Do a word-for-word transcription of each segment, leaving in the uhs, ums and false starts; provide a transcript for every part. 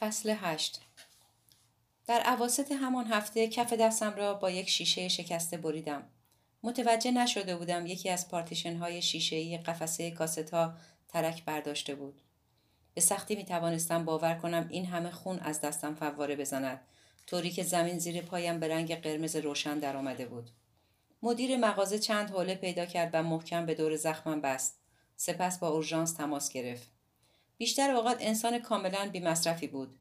فصل هشت. در اواسط همان هفته کف دستم را با یک شیشه شکسته بریدم. متوجه نشده بودم یکی از پارتیشن های شیشه‌ای قفسه کاست ها ترک برداشته بود. به سختی می توانستم باور کنم این همه خون از دستم فواره بزند، طوری که زمین زیر پایم به رنگ قرمز روشن در آمده بود. مدیر مغازه چند حوله پیدا کرد و محکم به دور زخمم بست. سپس با اورژانس تماس گرفت. بیشتر اوقات انسان کاملا بی‌مصرفی بود،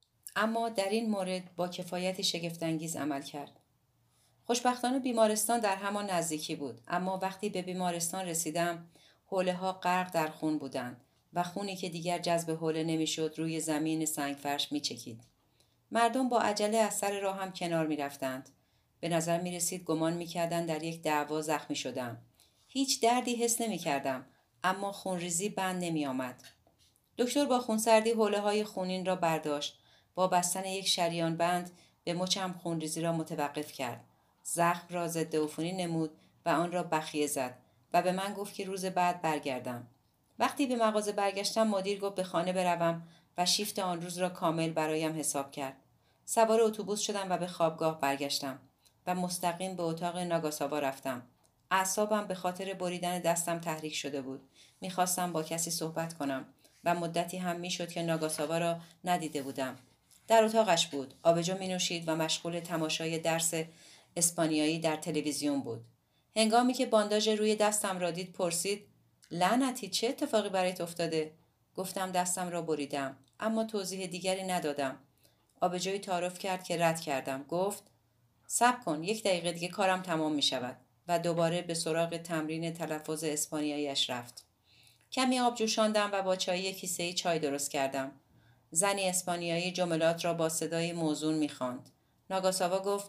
اما در این مورد با کفایتی شگفت‌انگیز عمل کرد. خوشبختانه بیمارستان در همان نزدیکی بود، اما وقتی به بیمارستان رسیدم حوله ها غرق در خون بودند و خونی که دیگر جذب حوله نمیشد روی زمین سنگفرش میچکید. مردم با عجله از سر راه هم کنار میرفتند. به نظر می رسید گمان می کردن در یک دعوا زخمی شدم. هیچ دردی حس نمی کردم، اما خونریزی بند نمی آمد. دکتر با خونسردی حوله های خونین را برداشت. با بستن یک شریان بند به مچم خونریزی را متوقف کرد. زخم را ضد عفونی نمود و آن را بخیه زد و به من گفت که روز بعد برگردم. وقتی به مغازه برگشتم مدیر گفت به خانه بروم و شیفت آن روز را کامل برایم حساب کرد. سوار اتوبوس شدم و به خوابگاه برگشتم و مستقیم به اتاق ناگاساوا رفتم. اعصابم به خاطر بریدن دستم تحریک شده بود. میخواستم با کسی صحبت کنم و مدتی هم میشد که ناگاساوا را ندیده بودم. در اتاقش بود. آبجو می نوشید و مشغول تماشای درس اسپانیایی در تلویزیون بود. هنگامی که بانداژ روی دستم را دید پرسید: لعنتی چه اتفاقی برایت افتاده؟ گفتم دستم را بریدم، اما توضیح دیگری ندادم. آبجوی تعارف کرد که رد کردم. گفت: صبر کن، یک دقیقه دیگه کارم تمام می شود و دوباره به سراغ تمرین تلفظ اسپانیاییش رفت. کمی آب جوشاندم و با چای کیسه‌ای چای درست کردم. زنی اسپانیایی جملات را با صدای موزون می‌خواند. ناگاساوا گفت: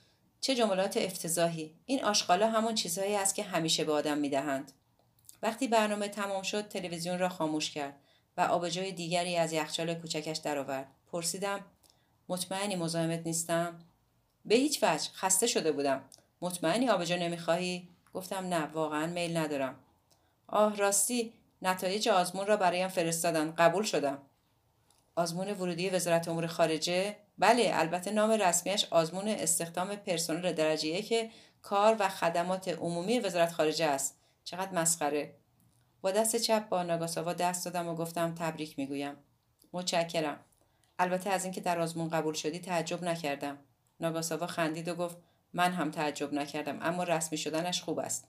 چه جملات افتضاحی! این آشغالا همون چیزهایی است که همیشه به آدم می‌دهند. وقتی برنامه تمام شد تلویزیون را خاموش کرد و آبجوی دیگری از یخچال کوچکش درآورد. پرسیدم: مطمئنی مزاحمت نیستم؟ به هیچ وجه، خسته شده بودم. مطمئنی آبجو نمی‌خواهی؟ گفتم نه، واقعاً میل ندارم. آه راستی، نتایج آزمون را برایم فرستادن، قبول شدم. آزمون ورودی وزارت امور خارجه؟ بله، البته نام رسمیش آزمون استخدام پرسنل درجه یک کار و خدمات عمومی وزارت خارجه است. چقدر مسخره. با دست چپ با ناگاساوا دست دادم و گفتم تبریک میگویم. متشکرم. البته از اینکه در آزمون قبول شدی تعجب نکردم. ناگاساوا خندید و گفت: من هم تعجب نکردم، اما رسمی شدنش خوب است.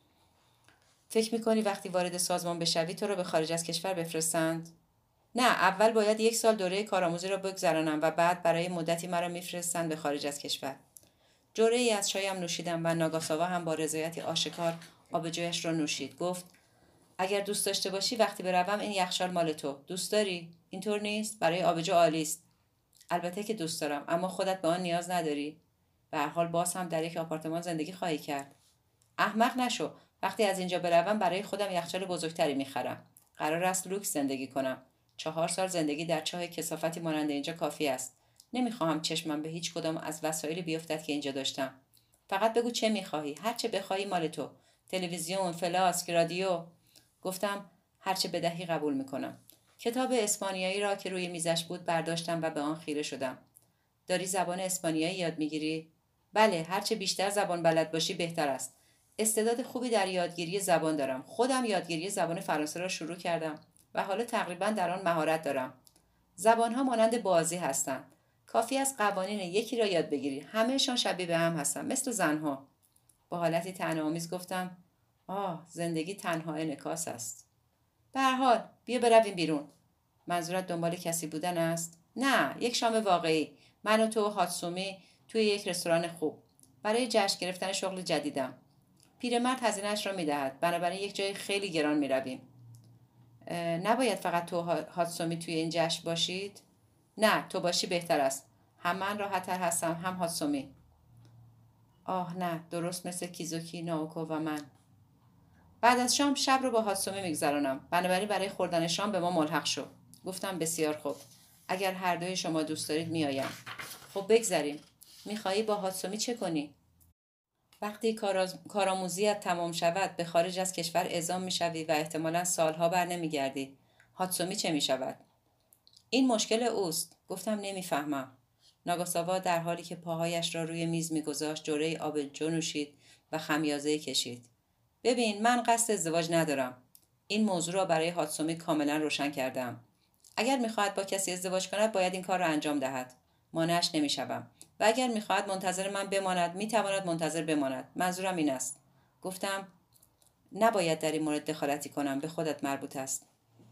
فکر میکنی وقتی وارد سازمان بشوی تو رو به خارج از کشور بفرستند؟ نه، اول باید یک سال دوره کارآموزی را بگذرانم و بعد برای مدتی مرا میفرستند به خارج از کشور. جرعه ای از چایم نوشیدم و ناگاساوا هم با رضایتی آشکار آبجویش را نوشید. گفت: اگر دوست داشته باشی وقتی بروم این یخچال مال تو. دوست داری؟ اینطور نیست؟ برای آبجو عالی است. البته که دوست دارم، اما خودت به آن نیاز نداری. به هر حال باز هم در یک آپارتمان زندگی خواهی کرد. احمق نشو. وقتی از اینجا بروم برای خودم یخچال بزرگتری میخرم. قرار است لوکس زندگی کنم. چهار سال زندگی در چاه کثافتی مانند اینجا کافی است. نمیخواهم چشمم به هیچ کدام از وسایلی بیفتد که اینجا داشتم. فقط بگو چه میخواهی. هر چه بخواهی مال تو. تلویزیون، فلاسک، رادیو. گفتم هر چه بدهی قبول میکنم. کتاب اسپانیایی را که روی میزش بود برداشتم و به آن خیره شدم. داری زبان اسپانیایی یاد میگیری؟ بله، هر چه بیشتر زبان بلد باشی بهتر است. استعداد خوبی در یادگیری زبان دارم. خودم یادگیری زبان فرانسه را شروع کردم و حالا تقریبا در آن مهارت دارم. زبانها مانند بازی هستند. کافی است قوانین یکی را یاد بگیری. همه‌شان شبیه به هم هستند، مثل زنها. با حالتی طعنه‌آمیز گفتم: آه، زندگی تنها انعکاس است. به هر حال بیا برویم بیرون. منظورت دنبال کسی بودن است؟ نه، یک شام واقعی. من و تو و هاتسومی توی یک رستوران خوب برای جشن گرفتن شغل جدیدم. پیرمرد هزینه‌اش را می‌دهد، بنابراین یک جای خیلی گران می‌رویم. نباید فقط تو هاتسومی توی این جشن باشید؟ نه، تو باشی بهتر است. هم من راحت‌تر هستم، هم هاتسومی. آه نه، درست مثل کیزوکی، ناوکو و من. بعد از شام شب رو با هاتسومی میگذرانم، بنابراین برای خوردن شام به ما ملحق شو. گفتم بسیار خوب. اگر هر دوی شما دوست دارید میآیم. خب بگذریم. میخواهی با هاتسومی چه کنی؟ وقتی کارآموزیت تمام شود به خارج از کشور اعزام میشوی و احتمالاً سالها بر نمیگردی. هاتسومی چه میشود؟ این مشکل اوست. گفتم نمیفهمم. ناگاساوا در حالی که پاهایش را روی میز میگذاشت جرعه آب جو نوشید و خمیازه کشید. ببین، من قصد ازدواج ندارم. این موضوع را برای هاتسومی کاملا روشن کردم. اگر میخواهد با کسی ازدواج کند باید این کار را انجام دهد. مانعش نمیشوم. و اگر میخواهد منتظر من بماند میتواند منتظر بماند. منظورم این است. گفتم نباید در این مورد دخالتی کنم. به خودت مربوط است.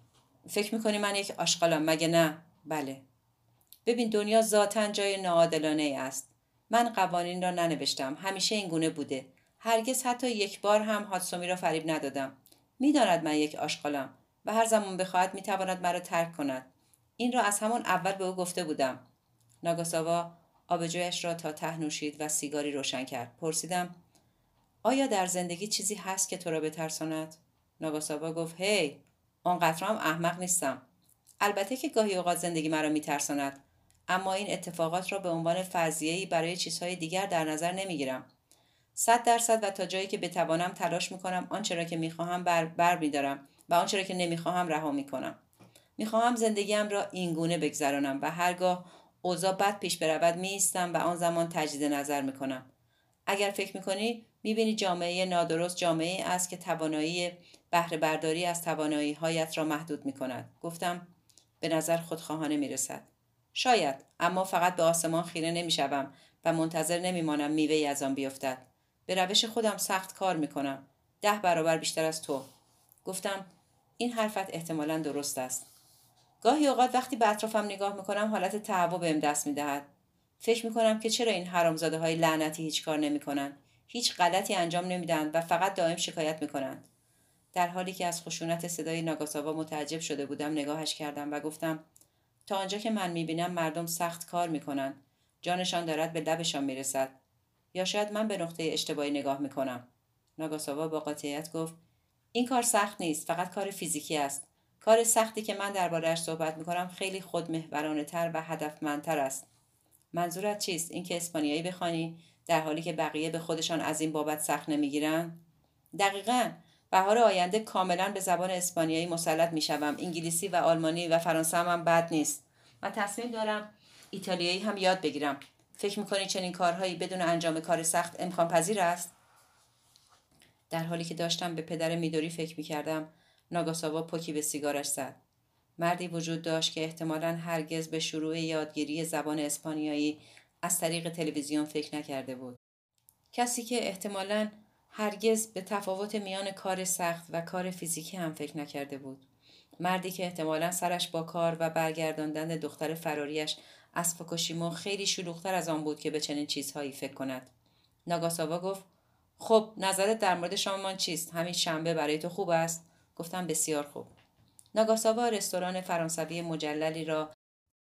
فکر میکنی من یک آشغالم مگه نه؟ بله. ببین، دنیا ذاتاً جای ناعادلانه است. من قوانین را ننوشتم. همیشه این گونه بوده. هرگز حتی یک بار هم هاتسومی را فریب ندادم. میداند من یک آشغالم و هر زمان بخواهد میتواند مرا ترک کند. این را از همان اول به او گفته بودم. ناگاساوا آبجویش را تا ته نوشید و سیگاری روشن کرد. پرسیدم آیا در زندگی چیزی هست که تو را بترساند؟ ناگاساوا گفت هی، آنقدر هم احمق نیستم. البته که گاهی اوقات زندگی مرا میترساند، اما این اتفاقات را به عنوان فرضیه‌ای برای چیزهای دیگر در نظر نمیگیرم. صد درصد و تا جایی که بتوانم تلاش میکنم آنچه را که میخواهم بر, بر میدارم و آنچه را که نمیخواهم رها میکنم. میخواهم زندگیم را اینگونه بگذرانم و هرگاه اوضاع بد پیش برود میایستم و آن زمان تجدید نظر میکنم. اگر فکر میکنی میبینی جامعه نادرست جامعه است که توانایی بهره برداری از توانایی هایت را محدود میکند. گفتم به نظر خودخواهانه میرسد. شاید، اما فقط به آسمان خیره نمیشوم و منتظر نمیمانم میوه‌ای از آن بیفتد. به روش خودم سخت کار میکنم. ده برابر بیشتر از تو. گفتم این حرفت احتمالاً درست است. گاهی اوقات وقتی به اطرافم نگاه میکنم حالت تهوع بهم دست میدهد. فکر میکنم که چرا این حرامزاده های لعنتی هیچ کار نمیکنند، هیچ غلطی انجام نمیدن و فقط دائم شکایت میکنند. در حالی که از خشونت صدای ناگاساوا متعجب شده بودم نگاهش کردم و گفتم تا آنجا که من میبینم مردم سخت کار میکنند. جانشان دارد به لبشان میرسد. یا شاید من به نقطه اشتباهی نگاه میکنم. ناگاساوا با قاطعیت گفت این کار سخت نیست، فقط کار فیزیکی است. کار سختی که من درباره‌اش صحبت میکنم خیلی خودمحورانه‌تر و هدفمندتر است. منظورت چیست؟ اینکه اسپانیایی بخوانی در حالی که بقیه به خودشان از این بابت سخت نمیگیرن؟ دقیقاً. بهار آینده کاملا به زبان اسپانیایی مسلط میشوم. انگلیسی و آلمانی و فرانسه هم بد نیست. و تصمیم دارم ایتالیایی هم یاد بگیرم. فکر میکنی چنین کارهایی بدون انجام کار سخت امکان پذیر است؟ در حالی که داشتم به پدر میدوری فکر میکردم ناگاساوا پوکی به سیگارش زد. مردی وجود داشت که احتمالاً هرگز به شروع یادگیری زبان اسپانیایی از طریق تلویزیون فکر نکرده بود. کسی که احتمالاً هرگز به تفاوت میان کار سخت و کار فیزیکی هم فکر نکرده بود. مردی که احتمالاً سرش با کار و برگرداندن دختر فراریش از فوکوشیما خیلی شلوغ‌تر از آن بود که به چنین چیزهایی فکر کند. ناگاساوا گفت خب نظرت در مورد شاممان چیست؟ همین شنبه برای تو خوب است؟ گفتم بسیار خوب. ناگاساوا رستوران فرانسوی مجللی را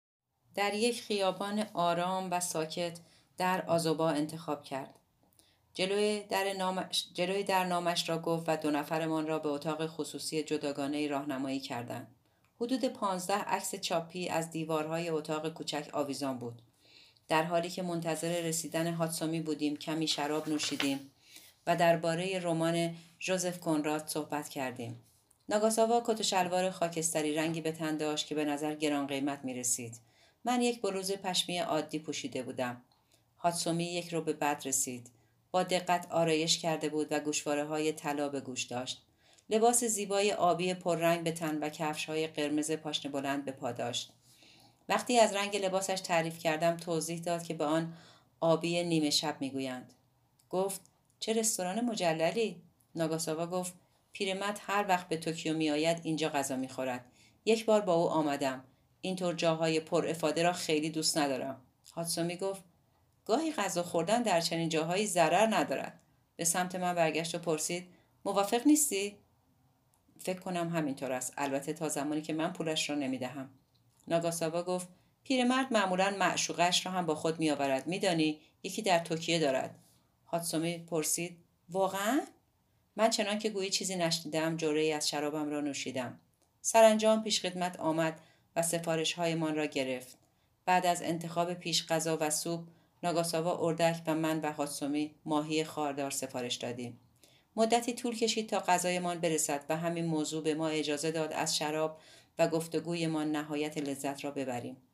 در یک خیابان آرام و ساکت در آزوبا انتخاب کرد. جلوی در نامش, جلوی در نامش را گفت و دو نفرمان را به اتاق خصوصی جداگانه راهنمایی کردند. حدود پانزده عکس چاپی از دیوارهای اتاق کوچک آویزان بود. در حالی که منتظر رسیدن هاتسومی بودیم کمی شراب نوشیدیم و درباره رمان ژوزف کنراد صحبت کردیم. ناگاساوا کت و شلوار خاکستری رنگی به تن داشت که به نظر گران قیمت می رسید. من یک بلوز پشمی عادی پوشیده بودم. هاتسومی یک رو به بعد رسید. با دقت آرایش کرده بود و گوشواره‌های طلا به گوش داشت. لباس زیبای آبی پررنگ به تن و کفش‌های قرمز پاشنه بلند به پا داشت. وقتی از رنگ لباسش تعریف کردم توضیح داد که به آن آبی نیمه شب میگویند. گفت چه رستوران مجللی؟ ناگاساوا گفت پیرمرد هر وقت به توکیو میآید اینجا غذا میخورد. یک بار با او آمدم. اینطور جاهای پر افاده را خیلی دوست ندارم. هاتسومی گفت گاهی غذا خوردن در چنین جاهایی ضرر ندارد. به سمت من برگشت و پرسید موافق نیستی؟ فکر کنم همینطور است. البته تا زمانی که من پولش را نمیدهم. ناگاساوا گفت پیرمرد معمولاً معشوقش را هم با خود میآورد. میدانی یکی در توکیو دارد. هاتسومی پرسید واقعاً؟ من چنان که گویی چیزی نشنیدم جرعه‌ای از شرابم را نوشیدم. سرانجام پیشخدمت آمد و سفارش‌هایمان را گرفت. بعد از انتخاب پیش غذا و سوپ ناگاساوا اردک و من و هاتسومی ماهی خاردار سفارش دادیم. مدتی طول کشید تا غذایمان برسد و همین موضوع به ما اجازه داد از شراب و گفتگویمان نهایت لذت را ببریم.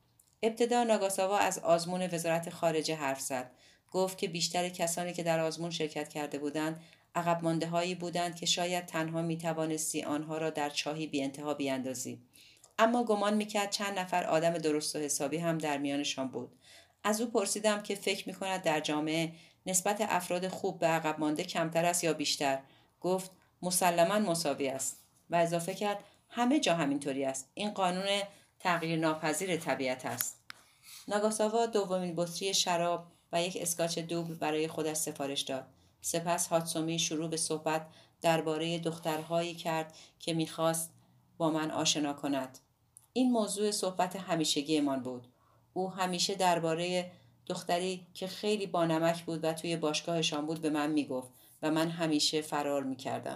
ابتدا ناگاساوا از آزمون وزارت خارجه حرف زد. گفت که بیشتر کسانی که در آزمون شرکت کرده بودند عقب مانده هایی بودند که شاید تنها می توانستی آنها را در چاهی بی انتها بیاندازی. اما گمان میکرد چند نفر آدم درست و حسابی هم در میانشان بود. از او پرسیدم که فکر میکند در جامعه نسبت افراد خوب به عقب مانده کمتر است یا بیشتر. گفت مسلماً مساوی است و اضافه کرد همه جا همینطوری است. این قانون تغییر ناپذیر طبیعت است. ناگاساوا دومین بطری شراب و یک اسکاچ دوبل برای خودش سفارش داد. سپس هاتسومی شروع به صحبت درباره دخترهایی کرد که میخواست با من آشنا کند. این موضوع صحبت همیشگیمان بود. او همیشه درباره دختری که خیلی بانمک بود و توی باشگاهشان بود به من میگفت و من همیشه فرار میکردم.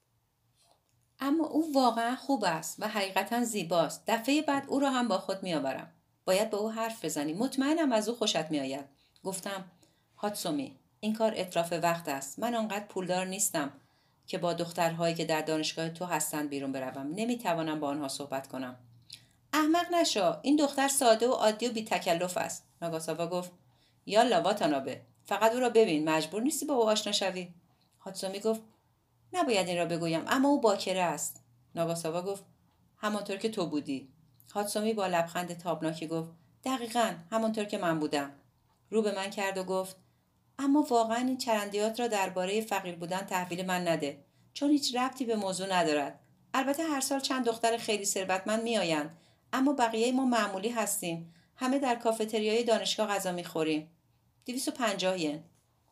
اما او واقعا خوب است و حقیقتا زیباست. دفعه بعد او را هم با خود میآورم. باید با او حرف بزنی. مطمئنم از او خوشت میآید. گفتم هاتسومی، این کار اتراف وقت است. من آنقدر پولدار نیستم که با دخترهایی که در دانشگاه تو هستند بیرون بروم. نمیتوانم با آنها صحبت کنم. احمق نشو. این دختر ساده و عادی و بی تکلف است. ناگاساوا گفت یالا واتانابه، فقط او را ببین. مجبور نیستی با او آشنا شوی. هاتسومی گفت نباید این را بگویم، اما او باکره است. ناگاساوا گفت همانطور که تو بودی. هاتسومی با لبخند تابناکی گفت دقیقاً همانطور که من بودم. رو به من کرد و گفت اما واقعاً این چرندیات را درباره فقیر بودن تحویل من نده، چون هیچ ربطی به موضوع ندارد. البته هر سال چند دختر خیلی ثروتمند میآیند، اما بقیه ما معمولی هستیم. همه در کافتریای دانشگاه غذا میخوریم. دویست و پنجاه ین.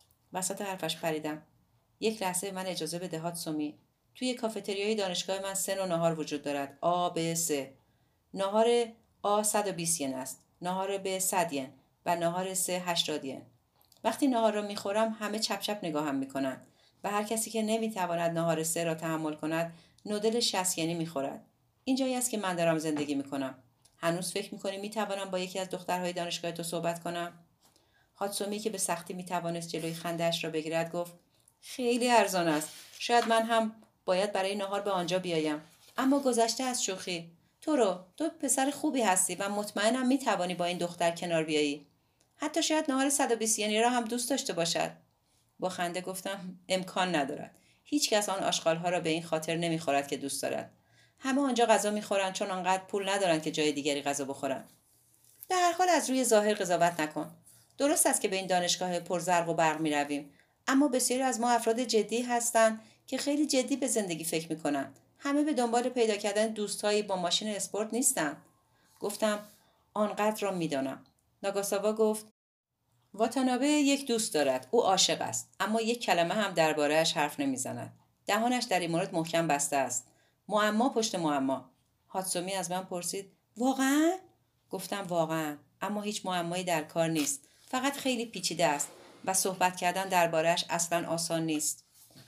وسط حرفش پریدم. یک لحظه من اجازه بده هاتسومی. توی کافتریای دانشگاه من سه نوع ناهار وجود دارد. آ، ب، س. ناهار آ صد و بیست ین است. ناهار ب صد ین و ناهار س هشتاد ین. وقتی ناهار را میخورم همه چپ چپ نگاهم میکنند و هر کسی که نمیتواند ناهار سه را تحمل کند نودل شصت ینی میخورد. اینجایی است که من دارم زندگی میکنم. هنوز فکر میکنی میتوانم با یکی از دخترهای دانشگاه تو صحبت کنم؟ هاتسومی که به سختی میتوانست جلوی خنده‌اش را بگیرد گفت خیلی ارزان است. شاید من هم باید برای ناهار به آنجا بیایم. اما گذشته از شوخی. تو رو تو پسر خوبی هستی و مطمئنم میتوانی با این دختر کنار بیایی. حتی شاید ناهار صد و بیست ینی را هم دوست داشته باشد. با خنده گفتم امکان ندارد. هیچ کس آن آشغال‌ها را به این خاطر نمیخورد که دوست دارد. همه آنجا غذا میخورند چون آنقدر پول ندارند که جای دیگری غذا بخورند. به هر حال از روی ظاهر قضاوت نکن. درست است که به این دانشگاه پرزرق و برق می رویم، اما بسیاری از ما افراد جدی هستند که خیلی جدی به زندگی فکر می کنند. همه به دنبال پیدا کردن دوستایی با ماشین اسپورت نیستند. گفتم آنقدر را می دانم. ناگاساوا گفت واتانابه یک دوست دارد. او عاشق است، اما یک کلمه هم درباره‌اش حرف نمی زند. دهانش در این مورد محکم بسته است. معما پشت معما. هاتسومی از من پرسید واقعاً؟ گفتم واقعاً، اما هیچ معمایی در کار نیست. فقط خیلی پیچیده است و صحبت کردن درباره‌اش اصلاً آسان نیست.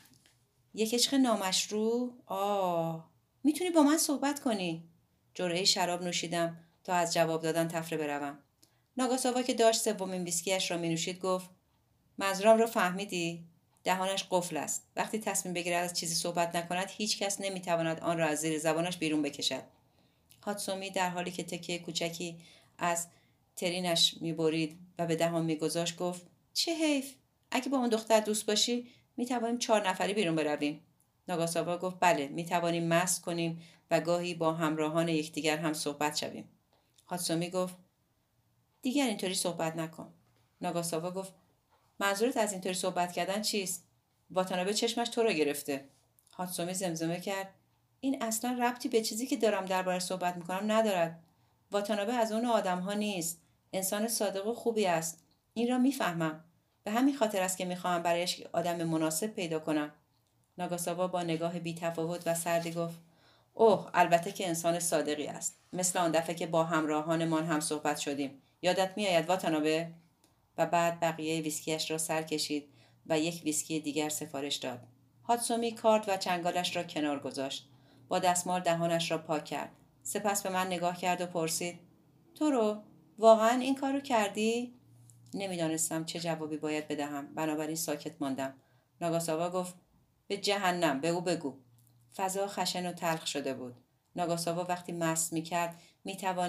یک عشق نامشروع؟ آه، میتونی با من صحبت کنی. جرعه شراب نوشیدم تا از جواب دادن تفره بروم. ناگاساوا که داشت سومین ویسکیش را مینوشید گفت منظورم را فهمیدی؟ دهانش قفل است. وقتی تصمیم بگیرد از چیزی صحبت نکند هیچ کس نمیتواند آن را از زیر زبانش بیرون بکشد. هاتسومی در حالی که تکه کوچکی از ترینش میبرید و به دهان میگذاشت گفت چه حیف. اگه با اون دختر دوست باشی میتوانیم چهار نفری بیرون برویم. ناگاساوا گفت بله، میتوانیم مست کنیم و گاهی با همراهان یکدیگر هم صحبت شویم. هاتسومی گفت دیگر اینطوری صحبت نکن. ناگاساوا گفت منظورت از اینطوری صحبت کردن چیست؟ واتانابه چشمش تو را گرفته. هاتسومی زمزمه کرد این اصلا ربطی به چیزی که دارم دربارش صحبت میکنم ندارد. واتانابه از اون آدم ها نیست. انسان صادق و خوبی است. این را میفهمم. به همین خاطر است که میخواهم برایش آدم مناسب پیدا کنم. ناگاساوا با نگاه بی تفاوت و سردی گفت اوه، البته که انسان صادقی است. مثل آن دفعه که با همراهانمان هم صحبت شدیم. یادت میآید واتانابه؟ و بعد بقیه ویسکیش را سر کشید و یک ویسکی دیگر سفارش داد. هاتسومی کارت و چنگالش را کنار گذاشت. با دستمال دهانش را پاک کرد. سپس به من نگاه کرد و پرسید تو رو واقعا این کارو کردی؟ نمیدانستم چه جوابی باید بدهم، بنابراین ساکت ماندم. ناگاساوا گفت به جهنم، به او بگو. فضا خشن و تلخ شده بود. ناگاساوا وقتی مست میکرد میتوانست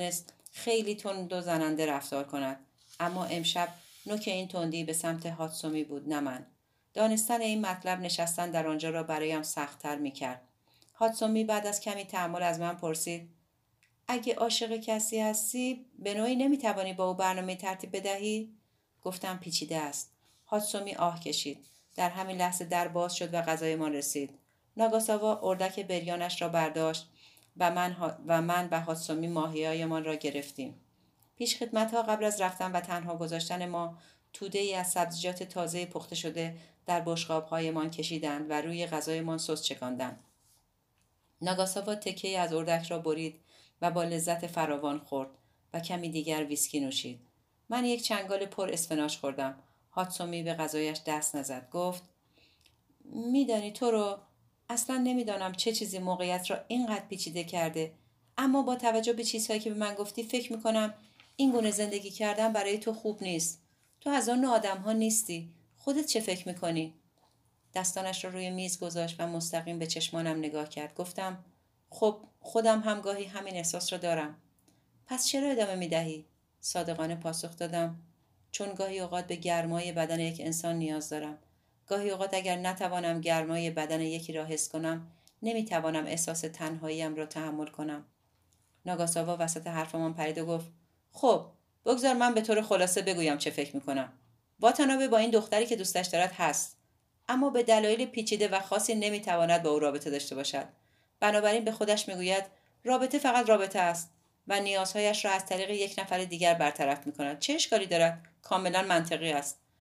خیلی تند و زننده رفتار کند. اما امشب نوک این تندی به سمت هاتسومی بود، نه من. دانستن این مطلب نشستن در آنجا را برایم سخت‌تر می‌کرد. هاتسومی بعد از کمی تأمل از من پرسید: اگه عاشق کسی هستی به نوعی نمیتوانی با او برنامه ترتیب بدهی؟ گفتم پیچیده است. هاتسومی آه کشید. در همین لحظه در باز شد و غذایمان رسید. ناگاساوا اردک بریانش را برداشت و من, ها و من و هاتسومی ماهی‌هایمان را گرفتیم. پیش خدمت‌ها قبل از رفتن و تنها گذاشتن ما توده‌ای از سبزیجات تازه پخته شده در بشقاب‌هایمان کشیدند و روی غذایمان سس چکاندند. ناگاساوا تکه‌ای از اردک را برید و با لذت فراوان خورد و کمی دیگر ویسکی نوشید. من یک چنگال پر اسفناج خوردم. هاتسومی به غذایش دست نزد. گفت: میدانی تو رو اصلا نمیدانم چه چیزی موقعیت را اینقدر پیچیده کرده، اما با توجه به چیزهایی که به من گفتی فکر میکنم این گونه زندگی کردن برای تو خوب نیست. تو از آن آدم ها نیستی. خودت چه فکر میکنی؟ دستانش را روی میز گذاشت و مستقیم به چشمانم نگاه کرد. گفتم: خب خودم هم گاهی همین احساس را دارم. پس چرا ادامه میدهی؟ صادقانه پاسخ دادم: چون گاهی اوقات به گرمای بدن یک انسان نیاز دارم. گاهی اوقات اگر نتوانم گرمای بدن یکی را حس کنم، نمیتوانم احساس تنهاییم را تحمل کنم. ناگاساوا وسط حرفمان پرید و گفت: خب بگذار من به طور خلاصه بگویم چه فکر میکنم. واتانابه با این دختری که دوستش دارد هست، اما به دلایل پیچیده و خاصی نمیتواند با او رابطه داشته باشد. بنابراین به خودش میگوید رابطه فقط رابطه است و نیازهایش را از طریق یک نفر دیگر برطرف میکند. چه اشکالی دارد؟ کاملا منطقی است.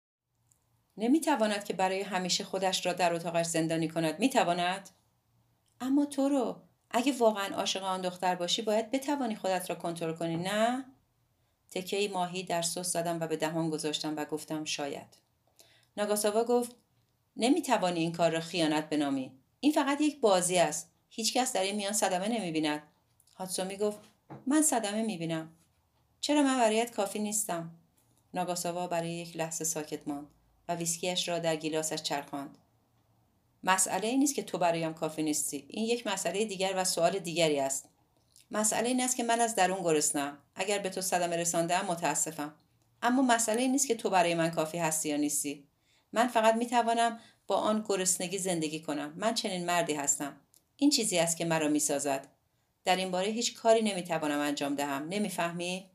نمیتواند که برای همیشه خودش را در اتاقش زندانی کند. میتواند؟ اما تو رو اگه واقعا عاشق آن دختر باشی باید بتوانی خودت را کنترل کنی، نه؟ تکه‌ای ماهی در سس زدم و به دهان گذاشتم و گفتم شاید. ناگاساوا گفت: نمیتوانی این کار را خیانت بنامی. این فقط یک بازی است. هیچکس در این میان صدمه نمیبیند. هاتسومی گفت: من صدمه میبینم. چرا من برایت کافی نیستم؟ ناگاساوا برای یک لحظه ساکت ماند و ویسکیش را در گیلاسش چرخاند. مسئله این نیست که تو برایم کافی نیستی. این یک مسئله دیگر و سوال دیگری است. مسئله این است که من از درون گرسنه‌ام. اگر به تو صدمه رسانده‌ام متاسفم. اما مسئله این نیست که تو برای من کافی هستی یا نیستی. من فقط میتوانم با آن گرسنگی زندگی کنم. من چنین مردی هستم. این چیزی است که مرا میسازد. در این باره هیچ کاری نمیتوانم انجام دهم. نمیفهمی؟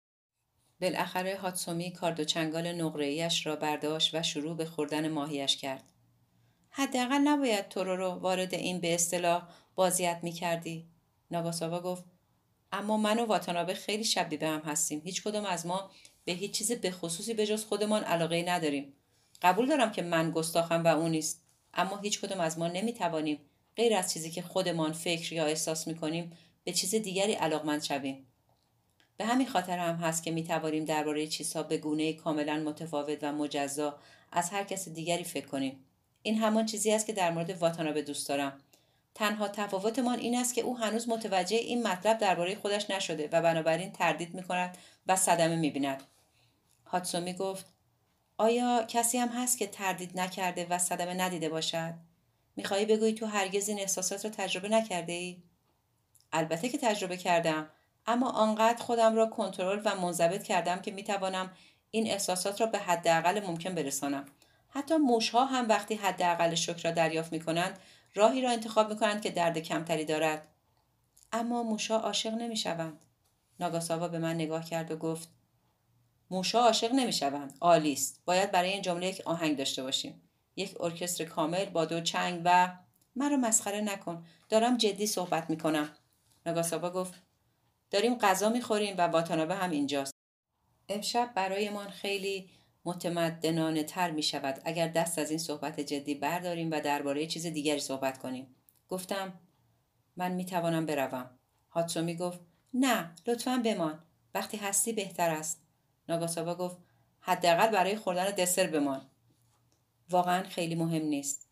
بالاخره هاتسومی کارد و چنگال نقره‌ایش را برداشت و شروع به خوردن ماهیش کرد. حداقل نباید تو رو وارد این به اصطلاح بازیت میکردی. ناگاساوا گفت: اما من و واتانابه خیلی شبیه به هم هستیم. هیچ کدام از ما به هیچ چیز به خصوصی به جز خودمان علاقه نداریم. قبول دارم که من گستاخم و او نیست، اما هیچ کدام از ما نمیتوانیم غیر از چیزی که خودمان فکر یا احساس میکنیم به چیز دیگری علاقمند شویم. به همین خاطر هم هست که میتوانیم درباره چیزها به گونه‌ای کاملا متفاوت و مجزا از هر کس دیگری فکر کنیم. این همان چیزی است که در مورد واتانابه دوست دارم. تنها تفاوتمان این است که او هنوز متوجه این مطلب درباره خودش نشده و بنابراین تردید میکند و صدمه میبیند. هاتسومی گفت: آیا کسی هم هست که تردید نکرده و صدمه ندیده باشد؟ میخوایی بگویی تو هرگز این احساسات رو تجربه نکرده ای؟ البته که تجربه کردم، اما آنقدر خودم را کنترل و منضبط کردم که میتوانم این احساسات را به حداقل ممکن برسانم. حتی موشها هم وقتی حداقل شوک را دریافت میکنند راهی را انتخاب میکنند که درد کمتری دارد. اما موشها عاشق نمیشوند. ناگاساوا به من نگاه کرد و گفت: موشها عاشق نمیشوند. عالی است. باید برای این جمله یک آهنگ داشته باشیم. یک ارکستر کامل با دو چنگ و مرا مسخره نکن. دارم جدی صحبت میکنم. ناگاساوا گفت: داریم غذا میخوریم و واتانابه هم اینجاست. امشب برایمان خیلی متمدنانه تر می شود اگر دست از این صحبت جدی برداریم و درباره چیز دیگری صحبت کنیم. گفتم: من می توانم بروم. هاتسومی گفت: نه، لطفاً بمان. وقتی هستی بهتر است. ناگاساوا گفت: حداقل برای خوردن دسر بمان. واقعاً خیلی مهم نیست.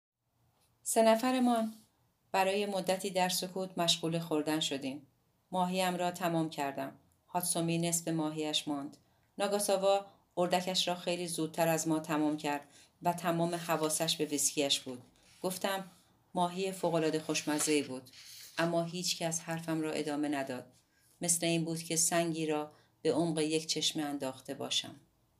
سه نفرمان برای مدتی در سکوت مشغول خوردن شدیم. ماهیم را تمام کردم. هاتسومی نصف ماهیش ماند. ناگاساوا اردکش را خیلی زودتر از ما تمام کرد و تمام حواسش به ویسکیش بود. گفتم: ماهی فوق‌العاده خوشمزه‌ای بود. اما هیچ کس حرفم را ادامه نداد. مثل این بود که سنگی را به عمق یک چشمه انداخته باشم.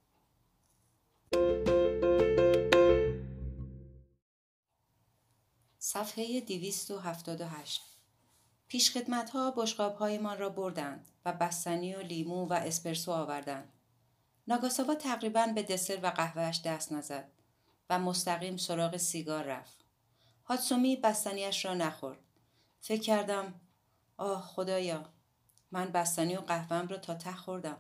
صفحه دویست و هفتاد و هشت. پیشخدمت‌ها بشقاب‌هایمان را بردند و بستنی و لیمو و اسپرسو آوردند. ناگاساوا تقریباً به دسر و قهوهش دست نزد و مستقیم سراغ سیگار رفت. هاتسومی بستنیش را نخورد. فکر کردم آه خدایا، من بستنی و قهوه‌ام را تا ته خوردم.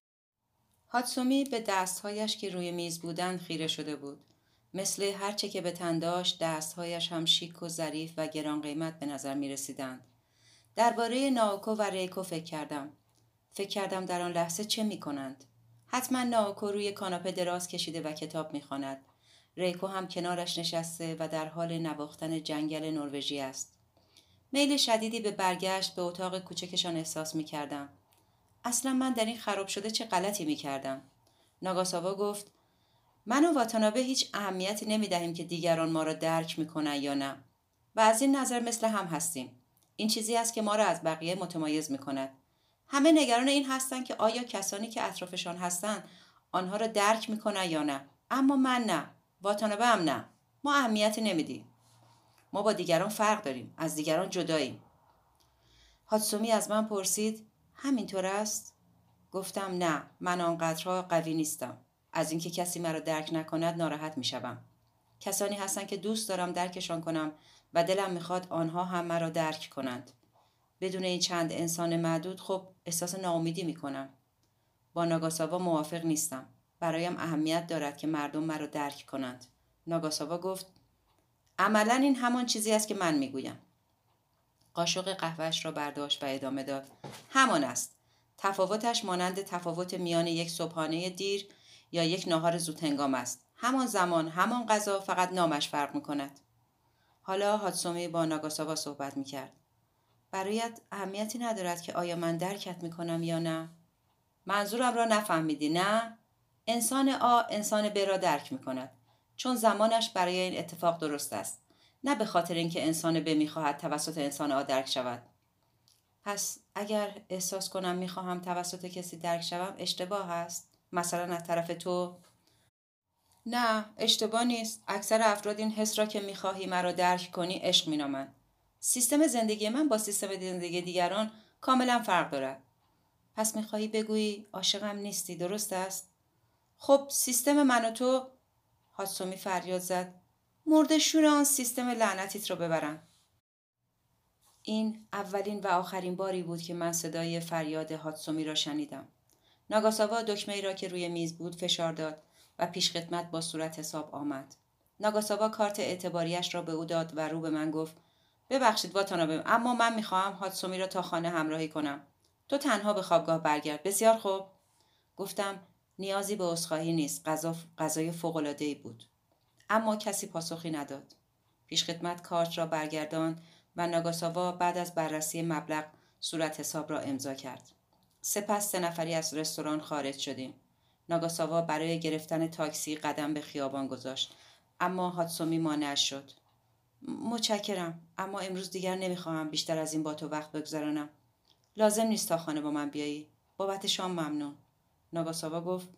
هاتسومی به دستهایش که روی میز بودند خیره شده بود. مثل هرچه که به تن داشت دستهایش هم شیک و ظریف و گران قیمت به نظر می رسیدند. درباره ناوکو و ریکو فکر کردم. فکر کردم در آن لحظه چه می کنند؟ حتما ناوکو روی کاناپه دراز کشیده و کتاب می خواند. ریکو هم کنارش نشسته و در حال نواختن جنگل نروژی است. میل شدیدی به برگشت به اتاق کوچکشان احساس می کردم. اصلا من در این خراب شده چه غلطی می کردم؟ ناگاساوا گفت من و واتانابه هیچ اهمیتی نمی دهیم که دیگران ما را درک می کنن یا نه. و از این نظر مثل هم هستیم. این چیزی است که ما را از بقیه متمایز می کند. همه نگران این هستند که آیا کسانی که اطرافشان هستند آنها را درک می کنن یا نه. اما من نه. واتانابه هم نه. ما اهمیتی نمیدیم. ما با دیگران فرق داریم. از دیگران جداییم. هاتسومی از من پرسید همینطور است؟ گفتم نه، من آنقدرها قوی نیستم. از اینکه کسی مرا درک نکند ناراحت میشوم. کسانی هستند که دوست دارم درکشان کنم و دلم میخواد آنها هم مرا درک کنند. بدون این چند انسان معدود خب احساس ناامیدی میکنم. با ناگاساوا موافق نیستم. برایم اهمیت دارد که مردم مرا درک کنند. ناگاساوا گفت عملاً این همان چیزی است که من میگویم. قاشق قهوه‌اش را برداشت و ادامه داد. همان است. تفاوتش مانند تفاوت میان یک صبحانه دیر یا یک ناهار زودهنگام است. همان زمان، همان غذا، فقط نامش فرق می‌کند. حالا هاتسومی با ناگاساوا صحبت می‌کرد. برایت اهمیتی ندارد که آیا من درکت می‌کنم یا نه؟ منظورم را نفهمیدی نه؟ انسان آ انسان ب را درک می‌کند. چون زمانش برای این اتفاق درست است. نه به خاطر اینکه انسان ب می‌خواهد توسط انسان آ درک شود. پس اگر احساس کنم میخواهم توسط کسی درک شوم اشتباه است؟ مثلا از طرف تو؟ نه، اشتباه نیست. اکثر افراد این حس را که میخواهی مرا درک کنی عشق مینامند. سیستم زندگی من با سیستم زندگی دیگران کاملا فرق دارد. پس میخواهی بگویی عاشقم نیستی، درست است؟ خب سیستم من و تو، هاتسومی فریاد زد، مرده شور آن سیستم لعنتیت را ببرن. این اولین و آخرین باری بود که من صدای فریاد هاتسومی را شنیدم. ناگاساوا دکمه‌ای را که روی میز بود فشار داد و پیشخدمت با صورت حساب آمد. ناگاساوا کارت اعتباریش را به او داد و رو به من گفت ببخشید واتانابه، اما من میخواهم هاتسومی را تا خانه همراهی کنم. تو تنها به خوابگاه برگرد. بسیار خوب. گفتم نیازی به عذرخواهی نیست. غذا غذای فوق‌العاده‌ای بود. اما کسی پاسخی نداد. پیشخدمت کارت را برگرداند و ناگاساوا بعد از بررسی مبلغ صورت حساب را امضا کرد. سپس سه نفری از رستوران خارج شدیم. ناگاساوا برای گرفتن تاکسی قدم به خیابان گذاشت، اما هاتسومی مانعش شد. متشکرم، اما امروز دیگر نمیخواهم بیشتر از این با تو وقت بگذرانم. لازم نیست تا خانه با من بیایی. بابت شام ممنون. ناگاساوا گفت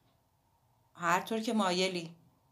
هر طور که مایلی.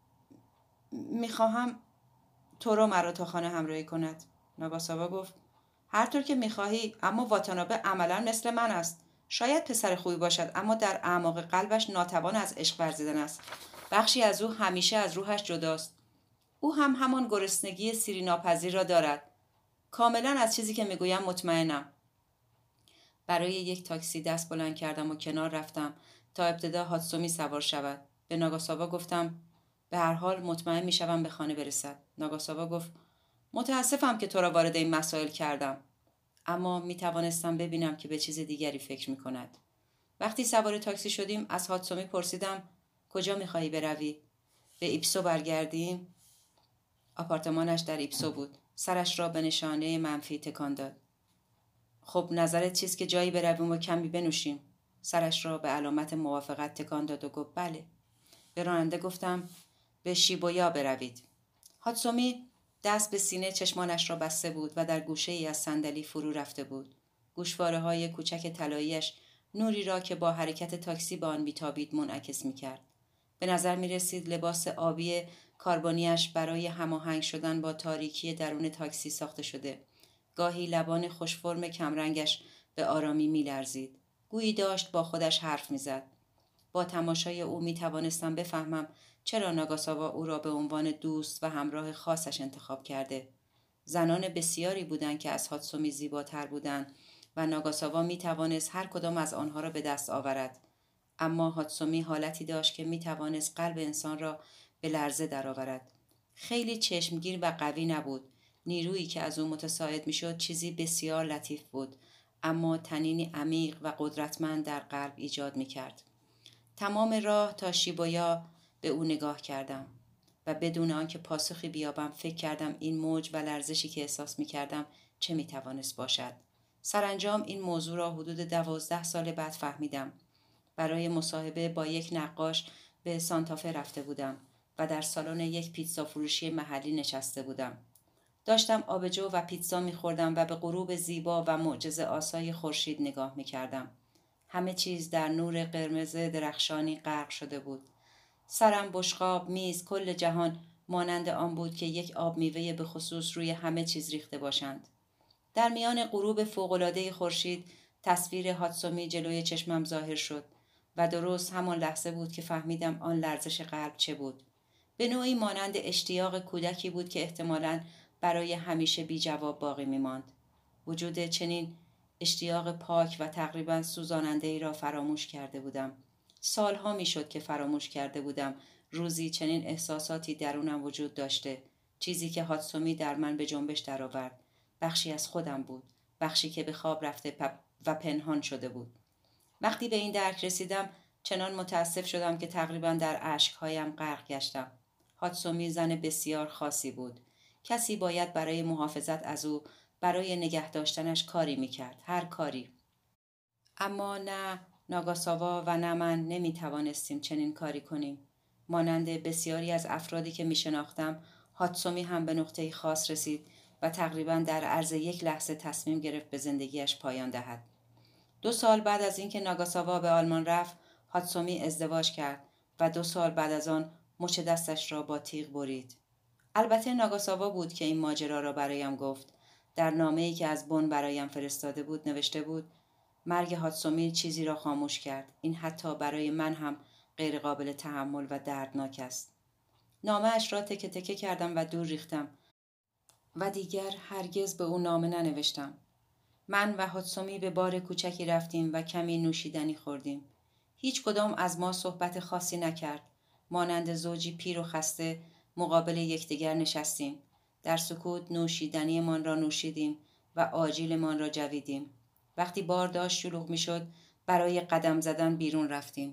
میخواهم تورو مرا تا خانه همراهی کند. ناگاساوا گفت هر طور که میخواهی، اما واتانابه عملا مثل من است. شاید پسر خوبی باشد، اما در اعماق قلبش ناتوان از عشق ورزیدن است. بخشی از او همیشه از روحش جداست. او هم همان گرسنگی سیری ناپذیر را دارد. کاملا از چیزی که میگویم مطمئنم. برای یک تاکسی دست بلند کردم و کنار رفتم تا ابتدا هاتسومی سوار شود. به ناگاساوا گفتم به هر حال مطمئن میشوم به خانه برسد. ناگاساوا گفت متاسفم که تو را وارد این مسائل کردم. اما می توانستم ببینم که به چیز دیگری فکر می کند. وقتی سوار تاکسی شدیم از هاتسومی پرسیدم کجا می خواهی بروی؟ به ایپسو برگردیم؟ آپارتمانش در ایپسو بود. سرش را به نشانه منفی تکان داد. خب نظرت چیست که جایی برویم و کمی بنوشیم؟ سرش را به علامت موافقت تکان داد و گفت بله. به راننده گفتم به شیبویا بروید. هاتسومی دست به سینه چشمانش را بسته بود و در گوشه ای از صندلی فرو رفته بود. گوشواره‌های کوچک طلایی‌اش نوری را که با حرکت تاکسی به آن می‌تابید منعکس می‌کرد. به نظر می‌رسید لباس آبی کاربونی‌اش برای هماهنگ شدن با تاریکی درون تاکسی ساخته شده. گاهی لبان خوشفرم کمرنگش به آرامی می‌لرزید. گویی داشت با خودش حرف می‌زد. با تماشای او می‌توانستم بفهمم چرا ناگاساوا او را به عنوان دوست و همراه خاصش انتخاب کرده. زنان بسیاری بودند که از هاتسومی زیباتر بودند و ناگاساوا می‌توانست هر کدام از آنها را به دست آورد. اما هاتسومی حالتی داشت که می‌توانست قلب انسان را به لرزه درآورد. خیلی چشمگیر و قوی نبود. نیرویی که از او متساعد می‌شد چیزی بسیار لطیف بود، اما طنینی عمیق و قدرتمند در قلب ایجاد می‌کرد. تمام راه تا شیبویا به او نگاه کردم و بدون آنکه پاسخی بیابم فکر کردم این موج و لرزشی که احساس می‌کردم چه می‌توانست باشد. سرانجام این موضوع را حدود دوازده سال بعد فهمیدم. برای مصاحبه با یک نقاش به سانتافه رفته بودم و در سالن یک پیتزا فروشی محلی نشسته بودم. داشتم آبجو و پیتزا می‌خوردم و به غروب زیبا و معجزه آسای خورشید نگاه می‌کردم. همه چیز در نور قرمز درخشانی غرق شده بود. سرم، بشقاب، میز، کل جهان مانند آن بود که یک آب میوه به خصوص روی همه چیز ریخته باشند. در میان غروب فوق‌العاده خورشید تصویر هاتسومی جلوی چشمم ظاهر شد و درست همان لحظه بود که فهمیدم آن لرزش قلب چه بود. به نوعی مانند اشتیاق کودکی بود که احتمالاً برای همیشه بی جواب باقی می‌ماند. وجود چنین اشتیاق پاک و تقریباً سوزاننده‌ای را فراموش کرده بودم. سالها می‌شد که فراموش کرده بودم روزی چنین احساساتی درونم وجود داشته. چیزی که هاتسومی در من به جنبش درآورد. بخشی از خودم بود. بخشی که به خواب رفته و پنهان شده بود. وقتی به این درک رسیدم چنان متاسف شدم که تقریباً در اشک‌هایم غرق گشتم. هاتسومی زن بسیار خاصی بود. کسی باید برای محافظت از او، برای نگه داشتنش کاری میکرد. هر کاری. اما نه ناگاساوا و نه من نمیتوانستیم چنین کاری کنیم. مانند بسیاری از افرادی که میشناختم، هاتسومی هم به نقطه خاص رسید و تقریباً در عرض یک لحظه تصمیم گرفت به زندگیش پایان دهد. دو سال بعد از اینکه ناگاساوا به آلمان رفت، هاتسومی ازدواج کرد و دو سال بعد از آن مچ دستش را با تیغ برید. البته ناگاساوا بود که این ماجرا را برایم گفت. در نامه‌ای که از بن برایم فرستاده بود نوشته بود: مرگ هاتسومی چیزی را خاموش کرد. این حتی برای من هم غیر قابل تحمل و دردناک است. نامه اش را تکه تکه کردم و دور ریختم و دیگر هرگز به او نامه ننوشتم. من و هاتسومی به بار کوچکی رفتیم و کمی نوشیدنی خوردیم. هیچ کدام از ما صحبت خاصی نکرد. مانند زوجی پیر و خسته مقابل یکدیگر نشستیم. در سکوت نوشیدنیمان را نوشیدیم و آجیلمان را جویدیم. وقتی بار داشت شلوغ می شد برای قدم زدن بیرون رفتیم.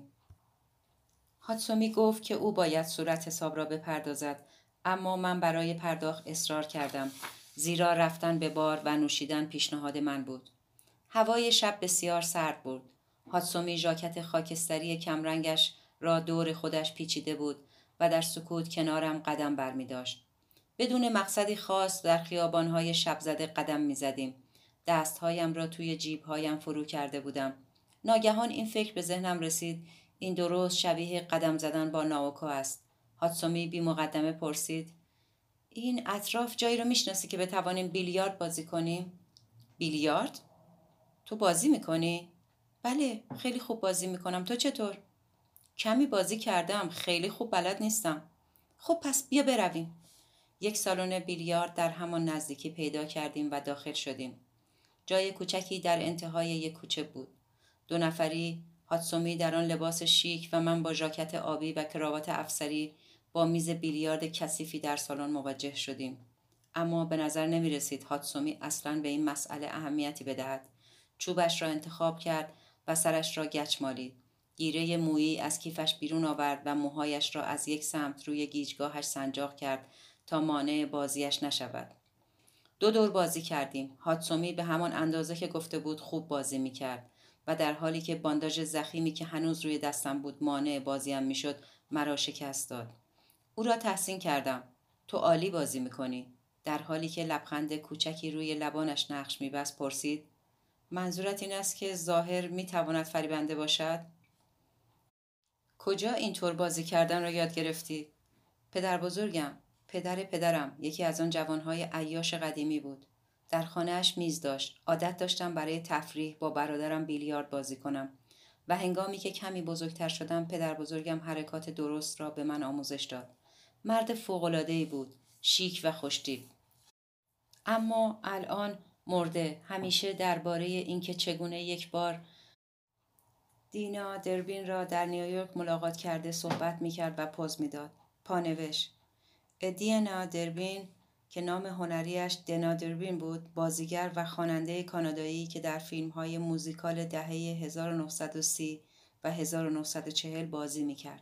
هاتسومی گفت که او باید صورت حساب را بپردازد، اما من برای پرداخت اصرار کردم، زیرا رفتن به بار و نوشیدن پیشنهاد من بود. هوای شب بسیار سرد بود. هاتسومی ژاکت خاکستری کمرنگش را دور خودش پیچیده بود و در سکوت کنارم قدم برمی داشت. بدون مقصدی خاص در خیابان‌های شب زده قدم می زدیم. دستهایم را توی جیبهایم فرو کرده بودم. ناگهان این فکر به ذهنم رسید: این درست شبیه قدم زدن با ناوکو است. هاتسومی بی مقدمه پرسید: این اطراف جایی رو میشناسی که بتوانیم بیلیارد بازی کنیم؟ بیلیارد؟ تو بازی میکنی؟ بله، خیلی خوب بازی میکنم. تو چطور؟ کمی بازی کردم، خیلی خوب بلد نیستم. خب پس بیا برویم. یک سالن بیلیارد در همان نزدیکی پیدا کردیم و داخل شدیم. جای کوچکی در انتهای یک کوچه بود. دو نفری، هاتسومی در آن لباس شیک و من با ژاکت آبی و کراوات افسری با میز بیلیارد کثیفی در سالن مواجه شدیم. اما به نظر نمی رسید هاتسومی اصلاً به این مسئله اهمیتی بدهد. چوبش را انتخاب کرد و سرش را گچ مالید. گیره مویی از کیفش بیرون آورد و موهایش را از یک سمت روی گیجگاهش سنجاق کرد تا مانع بازیش نشود. دو دور بازی کردیم. هاتسومی به همان اندازه که گفته بود خوب بازی می کرد و در حالی که بانداژ ضخیمی که هنوز روی دستم بود مانع بازیم می شد مرا شکست داد. او را تحسین کردم. تو عالی بازی می کنی. در حالی که لبخند کوچکی روی لبانش نقش می بست پرسید: منظورت این است که ظاهر می تواند فریبنده باشد؟ کجا اینطور بازی کردن را یاد گرفتی؟ پدر بزرگم، پدر پدرم، یکی از آن جوانهای عیاش قدیمی بود. در خانه‌اش میز داشت. عادت داشتم برای تفریح با برادرم بیلیارد بازی کنم و هنگامی که کمی بزرگتر شدم پدر بزرگم حرکات درست را به من آموزش داد. مرد فوق‌العاده‌ای بود، شیک و خوش‌تیپ. اما الان مرده. همیشه درباره اینکه چگونه یک بار دینا دربین را در نیویورک ملاقات کرده صحبت می‌کرد و پوز می‌داد. پانوشت: دینا دربین که نام هنریش دنا دربین بود، بازیگر و خواننده کانادایی که در فیلم‌های موزیکال دهه هزار و نهصد و سی و هزار و نهصد و چهل بازی می‌کرد.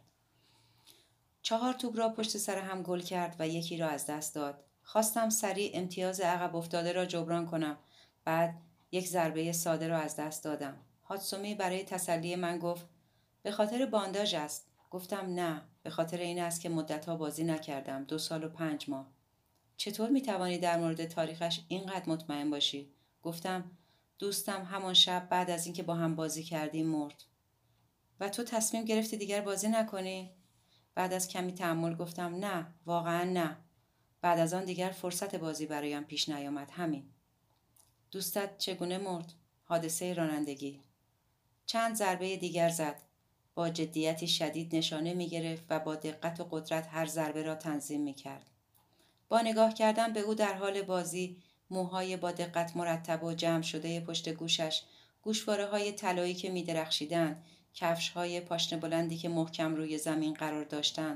چهار توپ را پشت سر هم گل کرد و یکی را از دست داد. خواستم سریع امتیاز عقب افتاده را جبران کنم. بعد یک ضربه ساده را از دست دادم. هاتسومی برای تسلی من گفت: به خاطر بانداژ است. گفتم نه، به خاطر این است که مدتها بازی نکردم، دو سال و پنج ماه. چطور می توانی در مورد تاریخش اینقدر مطمئن باشی؟ گفتم دوستم همان شب بعد از اینکه با هم بازی کردیم مرد. و تو تصمیم گرفتی دیگر بازی نکنی؟ بعد از کمی تأمل گفتم نه، واقعا نه. بعد از آن دیگر فرصت بازی برایم پیش نیامد. همین. دوستت چگونه مرد؟ حادثه رانندگی. چند ضربه دیگر زد. با جدیتی شدید نشانه می گرفت و با دقت و قدرت هر ضربه را تنظیم می کرد. با نگاه کردن به او در حال بازی، موهای با دقت مرتب و جمع شده پشت گوشش، گوشواره های طلایی که می درخشیدند، کفش های پاشنه بلندی که محکم روی زمین قرار داشتند،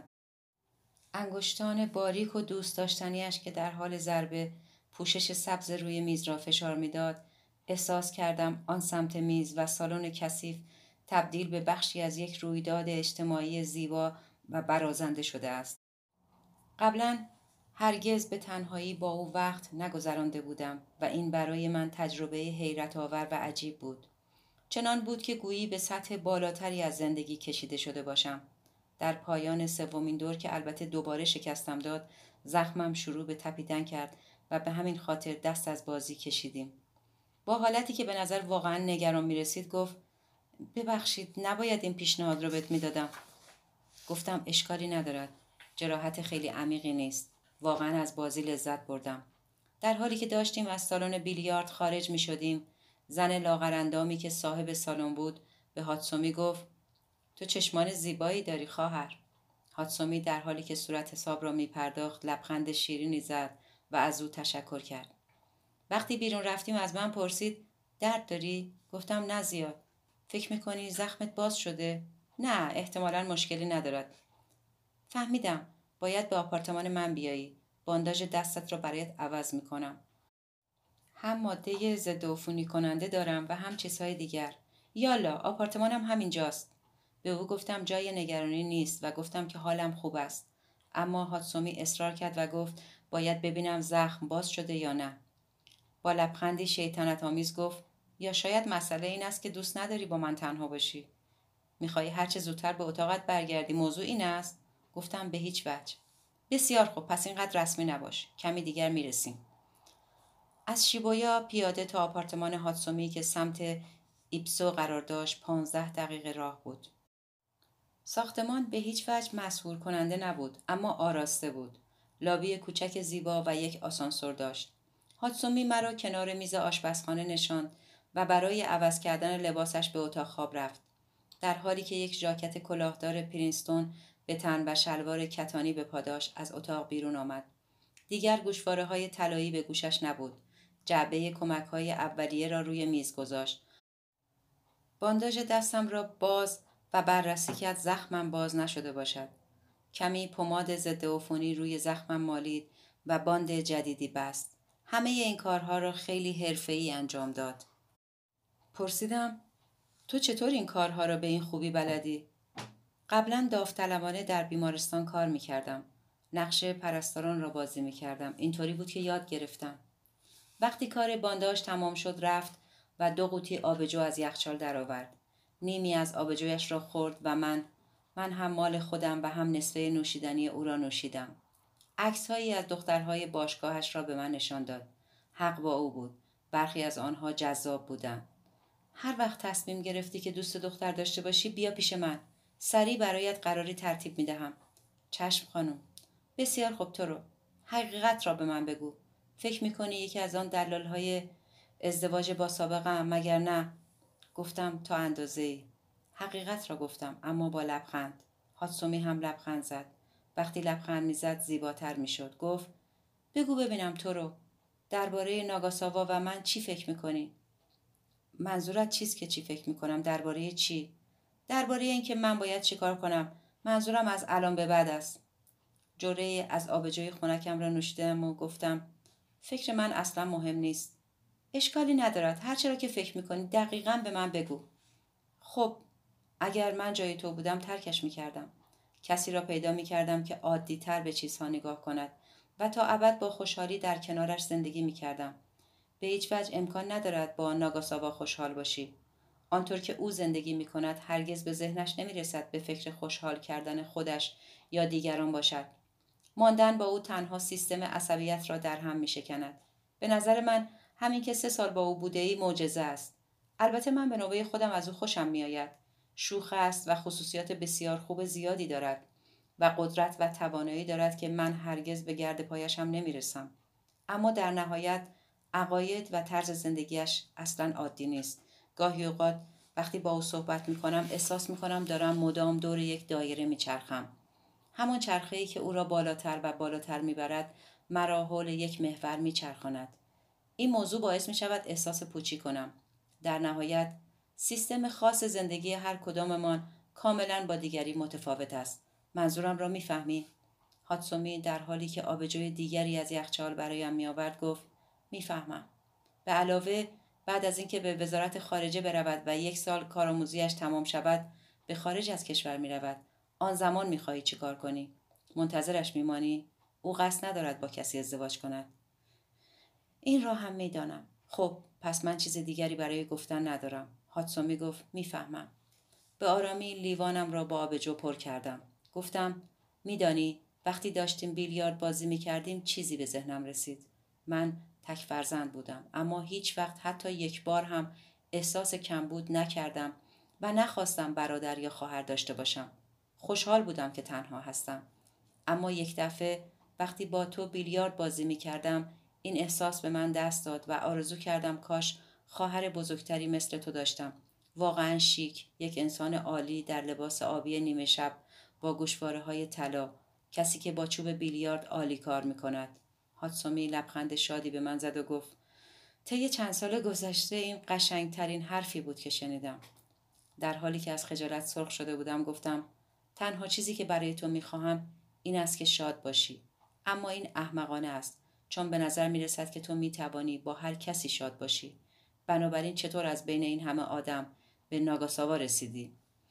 انگشتان باریک و دوست داشتنیش که در حال ضربه پوشش سبز روی میز را فشار میداد، احساس کردم آن سمت میز و سالن کثیف تبدیل به بخشی از یک رویداد اجتماعی زیبا و برازنده شده است. قبلا هرگز به تنهایی با او وقت نگذرانده بودم و این برای من تجربه حیرت آور و عجیب بود. چنان بود که گویی به سطح بالاتری از زندگی کشیده شده باشم. در پایان سومین دور که البته دوباره شکستم داد، زخمم شروع به تپیدن کرد و به همین خاطر دست از بازی کشیدیم. با حالتی که به نظر واقعا نگران می رسید گفت: ببخشید، نباید این پیشنهاد رو بهت می دادم. گفتم اشکالی ندارد. جراحت خیلی عمیقی نیست. واقعا از بازی لذت بردم. در حالی که داشتیم از سالن بیلیارد خارج می شدیم، زن لاغرندامی که صاحب سالن بود به هاتسومی گفت: تو چشمان زیبایی داری خواهر. هاتسومی در حالی که صورت حساب را می پرداخت لبخند شیرینی زد و از او تشکر کرد. وقتی بیرون رفتیم از من پرسید: درد داری؟ گفتم نه زیاد. فکر میکنی زخمت باز شده؟ نه، احتمالاً مشکلی ندارد. فهمیدم. باید به آپارتمان من بیایی. بانداژ دستت را برایت عوض میکنم. هم ماده ضد عفونی کننده دارم و هم چیزهای دیگر. یالا، آپارتمانم همینجاست. به او گفتم جای نگرانی نیست و گفتم که حالم خوب است. اما هاتسومی اصرار کرد و گفت باید ببینم زخم باز شده یا نه. با لبخندی شیطنت آمیز گفت: یا شاید مسئله این است که دوست نداری با من تنها باشی. میخوایی هرچه زودتر به اتاقت برگردی؟ موضوع این است؟ گفتم به هیچ وجه. بسیار خوب، پس اینقدر رسمی نباش. کمی دیگر میرسیم. از شیبویا پیاده تا آپارتمان هاتسومی که سمت ایپسو قرار داشت پانزده دقیقه راه بود. ساختمان به هیچ وجه مسحور کننده نبود، اما آراسته بود. لابی کوچک زیبا و یک آسانسور داشت. هاتسومی مرا کنار میز آشپزخانه نشاند و برای عوض کردن لباسش به اتاق خواب رفت. در حالی که یک ژاکت کلاهدار پرینستون به تن و شلوار کتانی به پا داشت از اتاق بیرون آمد. دیگر گوشواره‌های طلایی به گوشش نبود. جعبه کمک‌های اولیه را روی میز گذاشت. بانداژ دستم را باز و بررسی کرد زخمم باز نشده باشد. کمی پماد ضد عفونی روی زخمم مالید و باند جدیدی بست. همه این کارها را خیلی حرفه‌ای انجام داد. پرسیدم: تو چطور این کارها را به این خوبی بلدی؟ قبلا داوطلبانه در بیمارستان کار می‌کردم. نقش پرستاران را بازی می‌کردم. اینطوری بود که یاد گرفتم. وقتی کار بانداژ تمام شد رفت و دو قوطی آبجو از یخچال درآورد. نیمی از آبجویش را خورد و من من هم مال خودم و هم نصفه نوشیدنی او را نوشیدم. عکس‌هایی از دخترهای باشگاهش را به من نشان داد. حق با او بود. برخی از آنها جذاب بودند. هر وقت تصمیم گرفتی که دوست دختر داشته باشی بیا پیش من. سریع برایت قراری ترتیب می دهم. چشم خانم. بسیار خوب، تو رو. حقیقت را به من بگو. فکر می کنی یکی از آن دلال های ازدواج با سابقه هم مگر نه؟ گفتم تا اندازه ای. حقیقت را گفتم اما با لبخند. هاتسومی هم لبخند زد. وقتی لبخند می زد زیباتر می شد. گفت بگو ببینم تو رو. درباره ناگاساوا و من چی فکر می کنی؟ منظورت چیست که چی فکر می کنم؟ درباره چی؟ درباره اینکه من باید چیکار کنم. منظورم از الان به بعد است. جوره از آبجوی خنکم را نوشیدم و گفتم فکر من اصلا مهم نیست. اشکالی ندارد. هر چرا که فکر میکنی دقیقاً به من بگو. خب اگر من جای تو بودم ترکش میکردم. کسی را پیدا میکردم که عادی تر به چیزها نگاه کند و تا ابد با خوشحالی در کنارش زندگی میکردم. به هیچ وجه امکان ندارد با ناگاساوا خوشحال باشی. آنطور که او زندگی میکند هرگز به ذهنش نمیرسد به فکر خوشحال کردن خودش یا دیگران باشد. ماندن با او تنها سیستم عصبیت را در هم می شکند. به نظر من همین که سه سال با او بوده ای معجزه است. البته من به نوبه خودم از او خوشم می آید. شوخ است و خصوصیات بسیار خوب زیادی دارد و قدرت و توانایی دارد که من هرگز به گرد پایش هم نمی رسم. اما در نهایت عقاید و طرز زندگیش اصلا عادی نیست. گاهی اوقات وقتی با او صحبت می کنم احساس می کنم دارم مدام دور یک دایره می چرخم. همان چرخه‌ای که او را بالاتر و بالاتر میبرد مرا حول یک محور میچرخاند. این موضوع باعث می شود احساس پوچی کنم. در نهایت سیستم خاص زندگی هر کداممان کاملا با دیگری متفاوت است. منظورم را میفهمی؟ هاتسومی در حالی که آبجوی دیگری از یخچال برایم میآورد گفت میفهمم. به علاوه بعد از اینکه به وزارت خارجه برود و یک سال کارآموزیش تمام شود به خارج از کشور میرود. آن زمان میخواهی چی کار کنی؟ منتظرش میمانی؟ او قصد ندارد با کسی ازدواج کند. این را هم میدانم. خب پس من چیز دیگری برای گفتن ندارم. هاتسومی گفت میفهمم. به آرامی لیوانم را با آبجو پر کردم. گفتم میدانی وقتی داشتیم بیلیارد بازی میکردیم چیزی به ذهنم رسید. من تک فرزند بودم اما هیچ وقت حتی یک بار هم احساس کمبود نکردم و نخواستم برادر یا خواهر داشته باشم. خوشحال بودم که تنها هستم. اما یک دفعه وقتی با تو بیلیارد بازی می کردم این احساس به من دست داد و آرزو کردم کاش خواهر بزرگتری مثل تو داشتم. واقعا شیک، یک انسان عالی در لباس آبی نیمه شب با گوشواره های طلا، کسی که با چوب بیلیارد عالی کار می کند. هاتسومی لبخند شادی به من زد و گفت طی چند سال گذشته این قشنگترین حرفی بود که شنیدم. در حالی که از خجالت سرخ شده بودم گفتم تنها چیزی که برای تو میخواهم این است که شاد باشی. اما این احمقانه است چون به نظر میرسد که تو میتوانی با هر کسی شاد باشی. بنابراین چطور از بین این همه آدم به ناگاساوا رسیدی؟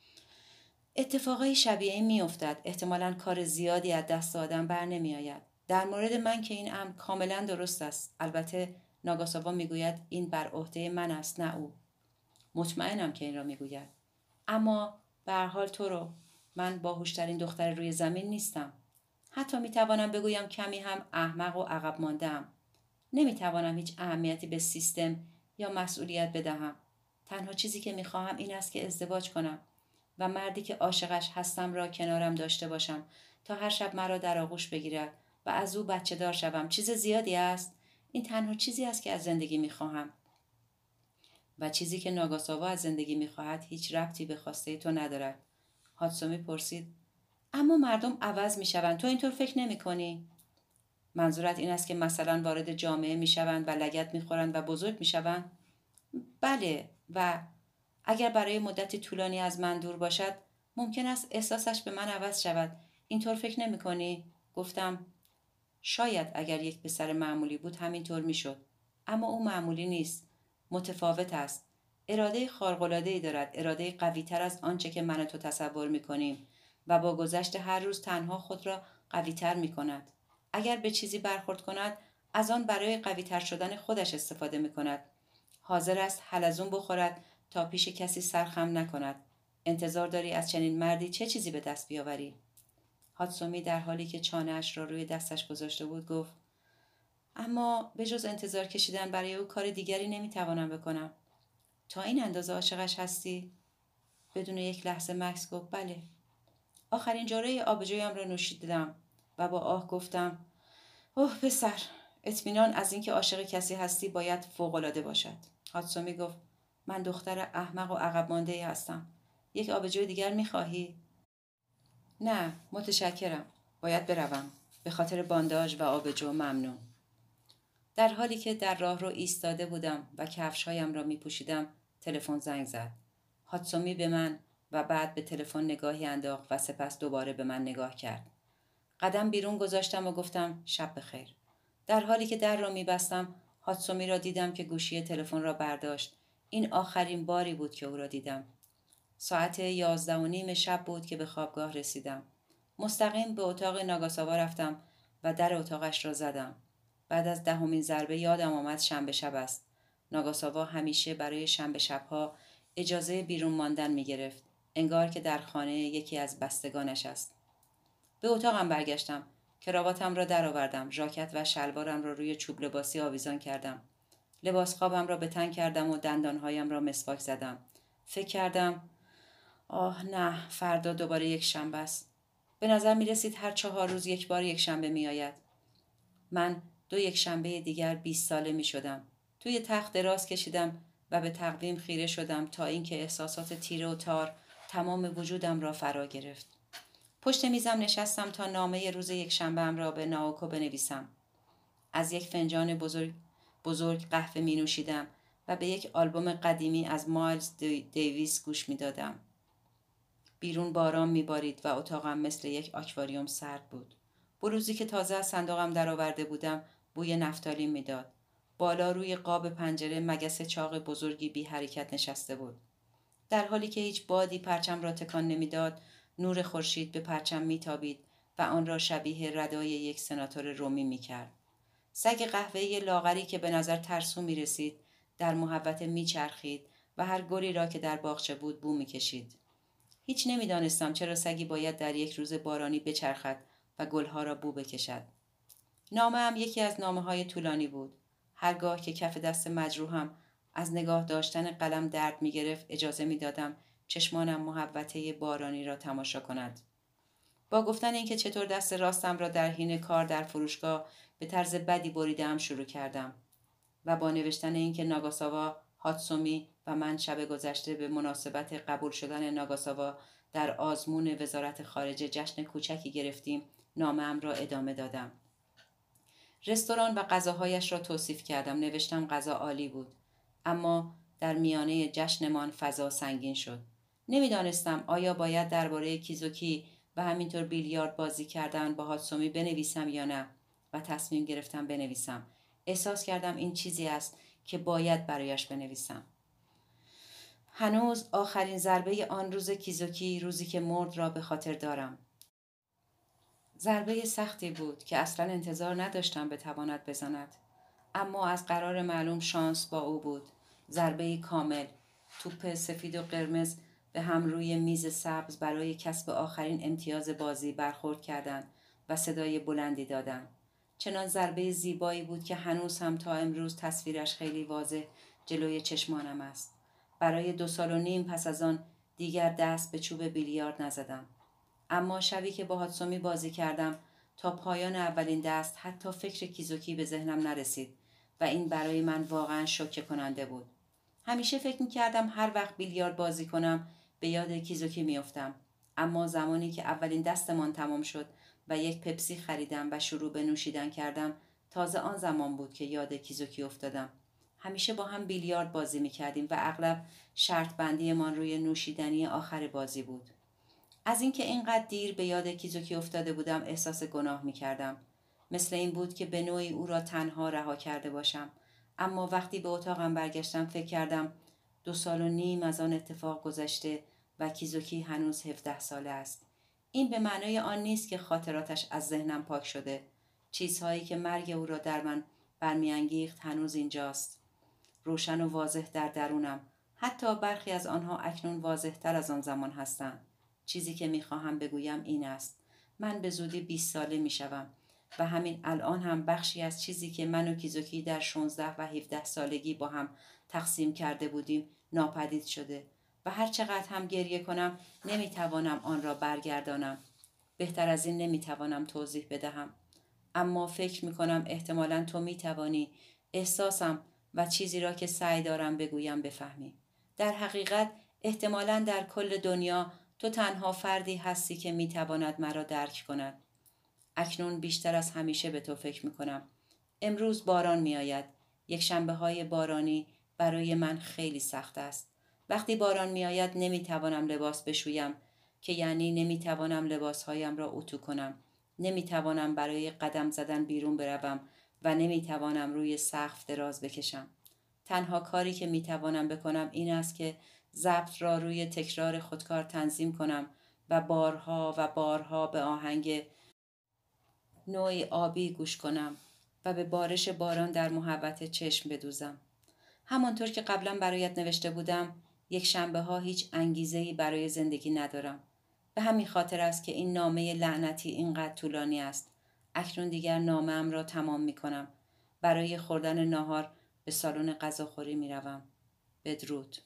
اتفاقای شبیه این میافتد. احتمالاً کار زیادی از دست آدم بر نمیآید. در مورد من که این امر کاملا درست است. البته ناگاساوا میگوید این بر عهده من است نه او. مطمئنم که این را میگوید. اما به هر حال تو رو من باهوشترین دختر روی زمین نیستم. حتی میتوانم بگویم کمی هم احمق و عقب مانده‌ام. نمیتوانم هیچ اهمیتی به سیستم یا مسئولیت بدهم. تنها چیزی که میخواهم این است که ازدواج کنم و مردی که عاشقش هستم را کنارم داشته باشم تا هر شب مرا در آغوش بگیرد و از او بچه دار شوم. چیز زیادی است. این تنها چیزی است که از زندگی میخواهم. و چیزی که ناگاساوا از زندگی میخواهد هیچ ربطی به خواسته تو ندارد. هاتسومی پرسید اما مردم عوض میشوند. تو اینطور فکر نمیکنی؟ منظورت این است که مثلا وارد جامعه میشوند و لگد میخورند و بزرگ میشوند؟ بله، و اگر برای مدتی طولانی از من دور باشد ممکن است احساسش به من عوض شود. اینطور فکر نمیکنی؟ گفتم شاید اگر یک پسر معمولی بود همینطور میشد. اما او معمولی نیست. متفاوت است. اراده خارق‌العاده‌ای دارد. اراده قوی‌تر از آنچه که من و تو تصور میکنیم و با گذشت هر روز تنها خود را قوی‌تر میکند. اگر به چیزی برخورد کند از آن برای قوی‌تر شدن خودش استفاده میکند. حاضر است حلزون بخورد تا پیش کسی سرخم نکند. انتظار داری از چنین مردی چه چیزی به دست بیاوری؟ هاتسومی در حالی که چانه‌اش را روی دستش گذاشته بود گفت اما به جز انتظار کشیدن برای او کار دیگری نمیتوانم بکنم. تا این اندازه عاشقش هستی؟ بدون یک لحظه مکث گفت بله. آخرین جرعه آبجویم را نوشیدم و با آه گفتم اوه پسر، اطمینان از اینکه عاشق کسی هستی باید فوق‌العاده باشد. هاتسومی گفت من دختر احمق و عقب مانده‌ای هستم. یک آبجوی دیگر می‌خواهی؟ نه، متشکرم. باید بروم. به خاطر بانداژ و آبجو ممنون. در حالی که در راه رو ایستاده بودم و کفش‌هایم را می‌پوشیدم، تلفن زنگ زد. هاتسومی به من و بعد به تلفن نگاهی انداخت و سپس دوباره به من نگاه کرد. قدم بیرون گذاشتم و گفتم شب بخیر. در حالی که در را می‌بستم، هاتسومی را دیدم که گوشی تلفن را برداشت. این آخرین باری بود که او را دیدم. ساعت یازده و نیم شب بود که به خوابگاه رسیدم. مستقیم به اتاق ناگاساوا رفتم و در اتاقش را زدم. بعد از دهمین ضربه یادم آمد شنبه شب است. ناگاساوا همیشه برای شنبه شبها اجازه بیرون ماندن می گرفت. انگار که در خانه یکی از بستگانش است. به اتاقم برگشتم. کراواتم را درآوردم. ژاکت و شلوارم را روی چوب لباسی آویزان کردم. لباس خوابم را به تن کردم و دندانهایم را مسواک زدم. فکر کردم آه نه، فردا دوباره یک شنبه است. به نظر می رسید هر چهار روز یک بار یک شنبه می آید. من دو یک شنبه دیگر بیست ساله می شدم. توی تخت دراز کشیدم و به تقویم خیره شدم تا اینکه احساسات تیره و تار تمام وجودم را فرا گرفت. پشت میزم نشستم تا نامه روز یک شنبه‌ام را به ناوکو بنویسم. از یک فنجان بزرگ بزرگ قهوه می نوشیدم و به یک آلبوم قدیمی از مایلز دیویس گوش می دادم. بیرون باران می بارید و اتاقم مثل یک آکواریوم سرد بود. بروزی که تازه از صندوقم درآورده بودم بوی نفتالین می داد. بالا روی قاب پنجره مگس چاق بزرگی بی حرکت نشسته بود. در حالی که هیچ بادی پرچم را تکان نمیداد، نور خورشید به پرچم میتابید و آن را شبیه ردای یک سناتور رومی میکرد. سگ قهوه‌ای لاغری که به نظر ترسو میرسید در محوطه میچرخید و هر گلی را که در باغچه بود بو میکشید. هیچ نمیدانستم چرا سگی باید در یک روز بارانی بچرخد و گلها را بو بکشد. نامه هم یکی از نامه های طولانی بود. هرگاه که کف دست مجروحم از نگاه داشتن قلم درد می گرفت اجازه می دادم چشمانم محوطه بارانی را تماشا کند. با گفتن اینکه چطور دست راستم را در حین کار در فروشگاه به طرز بدی بریدم شروع کردم و با نوشتن اینکه ناگاساوا، هاتسومی و من شب گذشته به مناسبت قبول شدن ناگاساوا در آزمون وزارت خارجه جشن کوچکی گرفتیم، نامه‌ام را ادامه دادم. رستوران و غذاهایش را توصیف کردم. نوشتم غذا عالی بود، اما در میانه جشنمان فضا سنگین شد. نمیدانستم آیا باید درباره کیزوکی و همینطور بیلیارد بازی کردن با هاتسومی بنویسم یا نه و تصمیم گرفتم بنویسم. احساس کردم این چیزی است که باید برایش بنویسم. هنوز آخرین ضربه آن روز کیزوکی، روزی که مرد، را به خاطر دارم. ضربه سختی بود که اصلا انتظار نداشتم بتواند بزند، اما از قرار معلوم شانس با او بود. ضربه کامل، توپ سفید و قرمز به هم روی میز سبز برای کسب آخرین امتیاز بازی برخورد کردند و صدای بلندی دادند. چنان ضربه زیبایی بود که هنوز هم تا امروز تصویرش خیلی واضح جلوی چشمانم است. برای دو سال و نیم پس از آن دیگر دست به چوب بیلیارد نزدم. اما شبی که با هاتسومی بازی کردم تا پایان اولین دست حتی فکر کیزوکی به ذهنم نرسید و این برای من واقعا شوکه کننده بود. همیشه فکر می‌کردم هر وقت بیلیارد بازی کنم به یاد کیزوکی میافتم، اما زمانی که اولین دستمان تمام شد و یک پپسی خریدم و شروع به نوشیدن کردم، تازه آن زمان بود که یاد کیزوکی افتادم. همیشه با هم بیلیارد بازی می‌کردیم و اغلب شرط بندیمان روی نوشیدنی آخر بازی بود. از اینکه اینقدر دیر به یاد کیزوکی افتاده بودم احساس گناه می کردم. مثل این بود که به نوعی او را تنها رها کرده باشم. اما وقتی به اتاقم برگشتم فکر کردم دو سال و نیم از آن اتفاق گذشته و کیزوکی هنوز هفده ساله است. این به معنای آن نیست که خاطراتش از ذهنم پاک شده. چیزهایی که مرگ او را در من برمیانگیخت هنوز اینجاست. روشن و واضح در درونم. حتی برخی از آنها اکنون واضح تر از آن زمان هستند. چیزی که میخواهم بگویم این است: من به زودی بیست ساله میشوم و همین الان هم بخشی از چیزی که من و کیزوکی در شانزده و هفده سالگی با هم تقسیم کرده بودیم ناپدید شده و هر چقدر هم گریه کنم نمیتوانم آن را برگردانم. بهتر از این نمیتوانم توضیح بدهم. اما فکر میکنم احتمالاً تو میتوانی احساسم و چیزی را که سعی دارم بگویم بفهمی. در حقیقت احتمالاً در کل دنیا تو تنها فردی هستی که میتواند مرا درک کند. اکنون بیشتر از همیشه به تو فکر میکنم. امروز باران میآید. یک شنبه های بارانی برای من خیلی سخت است. وقتی باران میآید نمیتوانم لباس بشویم که یعنی نمیتوانم لباسهایم را اتو کنم. نمیتوانم برای قدم زدن بیرون بروم و نمیتوانم روی سقف دراز بکشم. تنها کاری که میتوانم بکنم این است که ضبط را روی تکرار خودکار تنظیم کنم و بارها و بارها به آهنگ نوعی آبی گوش کنم و به بارش باران در محوطه چشم بدوزم. همانطور که قبلا برایت نوشته بودم، یک شنبه ها هیچ انگیزه‌ای برای زندگی ندارم. به همین خاطر است که این نامه لعنتی اینقدر طولانی است. اکنون دیگر نامه‌ام را تمام می کنم. برای خوردن ناهار به سالن غذاخوری می روم. بدرود.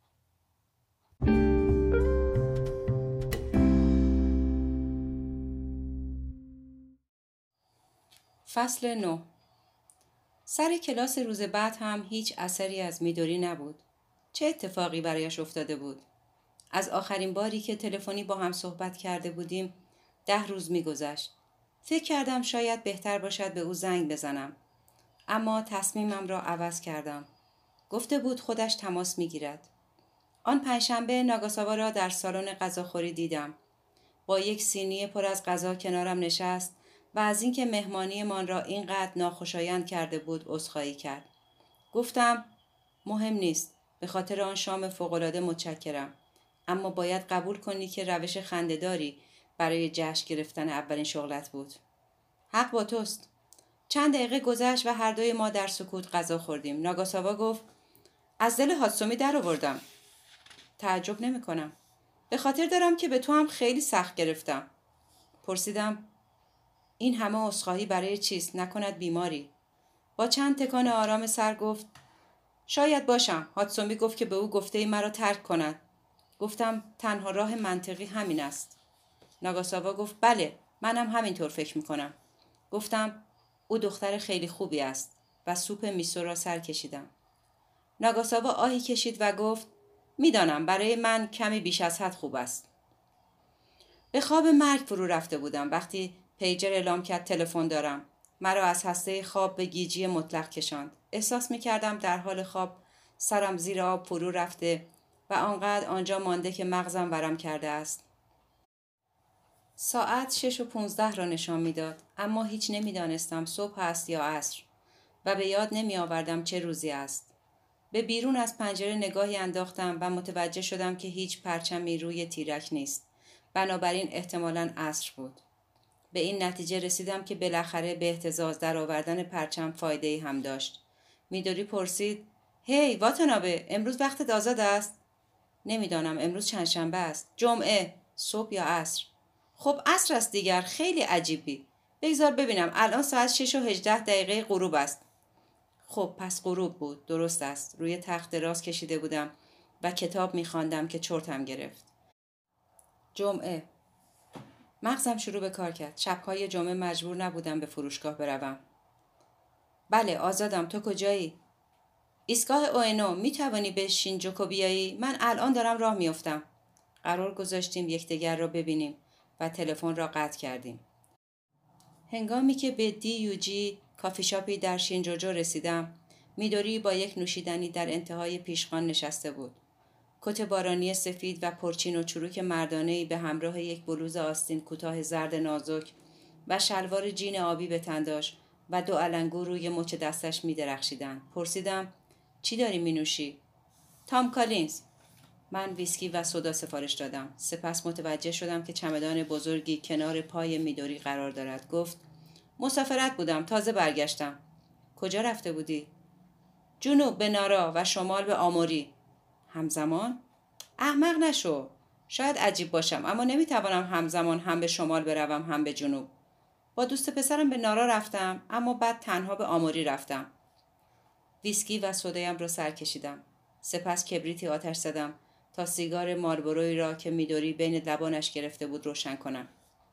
فصل نه. سر کلاس روز بعد هم هیچ اثری از میدوری نبود. چه اتفاقی برایش افتاده بود؟ از آخرین باری که تلفنی با هم صحبت کرده بودیم ده روز می‌گذشت. فکر کردم شاید بهتر باشد به او زنگ بزنم. اما تصمیمم را عوض کردم. گفته بود خودش تماس می‌گیرد. آن پنجشنبه ناگاساوا را در سالن غذاخوری دیدم. با یک سینی پر از غذا کنارم نشست و از اینکه مهمانیمان را اینقدر ناخوشایند کرده بود عذرخواهی کرد. گفتم مهم نیست. به خاطر آن شام فوق‌العاده متشکرم. اما باید قبول کنی که روش خنده‌داری برای جشن گرفتن اولین شغلت بود. حق با توست. چند دقیقه گذشت و هر دوی ما در سکوت غذا خوردیم. ناگاساوا گفت از دل هاتسومی در آوردم. تعجب نمی کنم. به خاطر دارم که به تو هم خیلی سخت گرفتم. پرسیدم این همه عذرخواهی برای چیست؟ نکند بیماری؟ با چند تکان آرام سر گفت شاید باشم. هاتسومی گفت که به او گفته ای مرا ترک کند. گفتم تنها راه منطقی همین است. ناگاساوا گفت بله منم همینطور فکر میکنم. گفتم او دختر خیلی خوبی است و سوپ میسو را سر کشیدم. ناگاساوا آهی کشید و گفت میدانم برای من کمی بیش از حد خوب است. به خواب مرگ فرو رفته بودم وقتی پیجر اعلام کرد تلفن دارم. مرا از هسته خواب به گیجی مطلق کشاند. احساس میکردم در حال خواب سرم زیر آب فرو رفته و آنقدر آنجا مانده که مغزم ورم کرده است. ساعت شش و پونزده را نشان میداد اما هیچ نمیدانستم صبح است یا عصر و به یاد نمی آوردم چه روزی است. به بیرون از پنجره نگاهی انداختم و متوجه شدم که هیچ پرچمی روی تیرک نیست. بنابراین احتمالاً عصر بود. به این نتیجه رسیدم که بالاخره به اهتزاز در آوردن پرچم فایده‌ای هم داشت. میدوری پرسید هی واتانابه امروز وقتت آزاد است؟ نمیدانم امروز چند شنبه است. جمعه صبح یا عصر؟ خب عصر است دیگر. خیلی عجیبی. بگذار ببینم الان ساعت شش و هجده دقیقه غروب است. خب پس غروب بود. درست است. روی تخت دراز کشیده بودم و کتاب می‌خواندم که چرتم گرفت. جمعه. مغزم شروع به کار کرد. شب‌های جمعه مجبور نبودم به فروشگاه بروم. بله آزادم. تو کجایی؟ ایستگاه اوئنو. میتوانی به شینجوکو بیایی؟ من الان دارم راه میافتم. قرار گذاشتیم یکدیگر را ببینیم و تلفن را قطع کردیم. هنگامی که به دی یو جی کافی شاپی در شینجوجو رسیدم، میدوری با یک نوشیدنی در انتهای پیشخوان نشسته بود. کت بارانی سفید و پرچین و چروک مردانه‌ای به همراه یک بلوز آستین کوتاه زرد نازک و شلوار جین آبی به تن داشت و دو علنگو روی مچ دستش می‌درخشیدند. پرسیدم چی داری می‌نوشی؟ تام کالینز. من ویسکی و سودا سفارش دادم. سپس متوجه شدم که چمدان بزرگی کنار پای میدوری قرار دارد. گفت مسافرت بودم. تازه برگشتم. کجا رفته بودی؟ جنوب به نارا و شمال به آموری. همزمان؟ احمق نشو. شاید عجیب باشم اما نمیتوانم همزمان هم به شمال بروم هم به جنوب. با دوست پسرم به نارا رفتم اما بعد تنها به آموری رفتم. ویسکی و سودایم را سر کشیدم. سپس کبریتی آتش زدم تا سیگار مارلبورویی را که میدوری بین لبانش گرفته بود روشن کنم.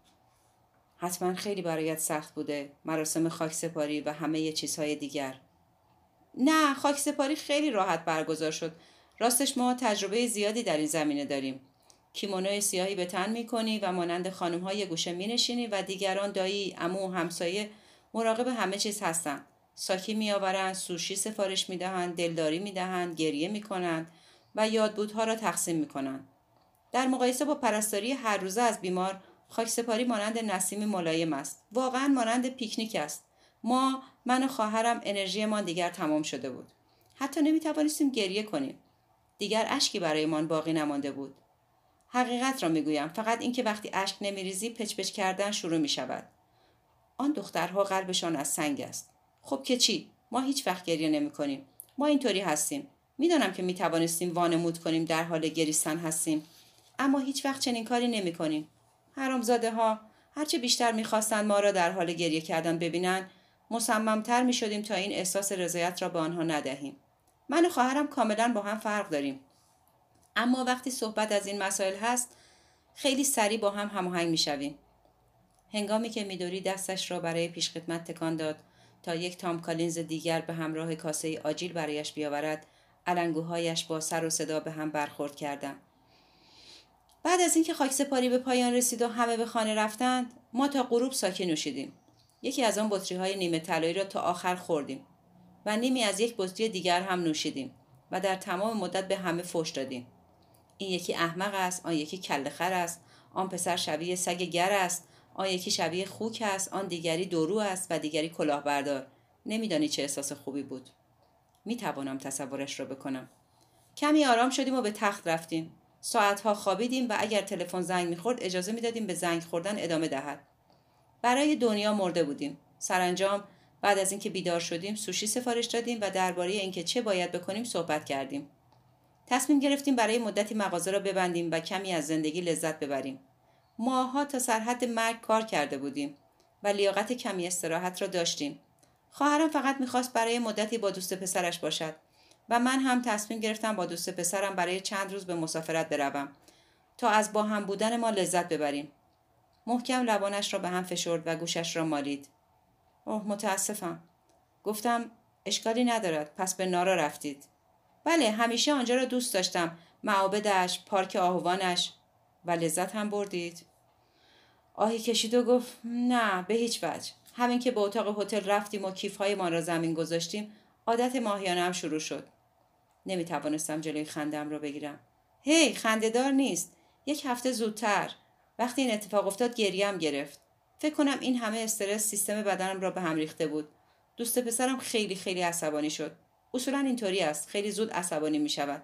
حتما خیلی برایت سخت بوده، مراسم خاکسپاری و همه چیزهای دیگر. نه، خاکسپاری خیلی راحت برگزار شد. راستش ما تجربه زیادی در این زمینه داریم. کیمونوی سیاهی به تن می‌کنی و مانند خانم‌ها یه گوشه می‌نشینی و دیگران دایی، عمو و همسایه مراقب همه چیز هستن. ساکی میآورند، سوشی سفارش می‌دهند، دلداری می‌دهند، گریه می‌کنند و یادبودها را تقسیم می‌کنند. در مقایسه با پرستاری هر روزه از بیمار، خاکسپاری مانند نسیمی ملایم است. واقعاً مانند پیکنیک است. ما، من و خواهرم انرژیمان دیگر تمام شده بود. حتی نمی‌توانستیم گریه کنیم. دیگر اشکی برایمان باقی نمانده بود. حقیقت را میگویم، فقط اینکه وقتی اشک نمیریزی پچ پچ کردن شروع می شود. آن دخترها قلبشان از سنگ است. خب که چی؟ ما هیچ وقت گریه نمی کنیم. ما اینطوری هستیم. میدانم که می توانستیم وانمود کنیم در حال گریستن هستیم، اما هیچ وقت چنین کاری نمی کنیم. حرامزاده ها، هرچه بیشتر می خواستند ما را در حال گریه کردن ببینند، مصممتر می شدیم تا این احساس رضایت را به آنها ندهیم. من و خواهرم کاملا با هم فرق داریم. اما وقتی صحبت از این مسائل هست، خیلی سریع با هم هماهنگ میشویم. هنگامی که میدوری دستش را برای پیشخدمت تکان داد تا یک تام کالینز دیگر به همراه کاسه آجیل برایش بیاورد، علنگوهایش با سر و صدا به هم برخورد کردند. بعد از اینکه خاکسپاری به پایان رسید و همه به خانه رفتند، ما تا غروب ساکی نوشیدیم. یکی از آن بطری‌های نیمه طلایی را تا آخر خوردیم و نیمی از یک بطری دیگر هم نوشیدیم و در تمام مدت به همه فحش دادیم. این یکی احمق است، آن یکی کله خر است، آن پسر شبیه سگ گر است، آن یکی شبیه خوک است، آن دیگری دورو است و دیگری کلاهبردار. نمیدانی چه احساس خوبی بود. میتوانم تصورش را بکنم. کمی آرام شدیم و به تخت رفتیم. ساعتها خوابیدیم و اگر تلفن زنگ میخورد اجازه میدادیم به زنگ خوردن ادامه دهد. برای دنیا مرده بودیم. سرانجام بعد از اینکه بیدار شدیم سوشی سفارش دادیم و درباره اینکه چه باید بکنیم صحبت کردیم. تصمیم گرفتیم برای مدتی مغازه را ببندیم و کمی از زندگی لذت ببریم. ماه‌ها تا سرحد مرگ کار کرده بودیم و لیاقت کمی استراحت را داشتیم. خواهرم فقط می‌خواست برای مدتی با دوست پسرش باشد و من هم تصمیم گرفتم با دوست پسرم برای چند روز به مسافرت بروم تا از با هم بودن ما لذت ببریم. محکم لبانش را به هم فشرد و گوشش را مالید. اوه متاسفم. گفتم اشکالی ندارد، پس به نارا رفتید. بله، همیشه آنجا را دوست داشتم. معابدش، پارک آهوانش. و لذت هم بردید؟ آهی کشید و گفت نه، به هیچ وجه. همین که به اتاق هتل رفتیم و کیف‌های ما را زمین گذاشتیم، عادت ماهیانه هم شروع شد. نمی توانستم جلوی خندم را بگیرم. هی، خنده‌دار نیست. یک هفته زودتر. وقتی این اتفاق افتاد گریم گرفت. فکر کنم این همه استرس سیستم بدنم را به هم ریخته بود. دوست پسرم خیلی خیلی عصبانی شد. اصولا اینطوری است، خیلی زود عصبانی می شود.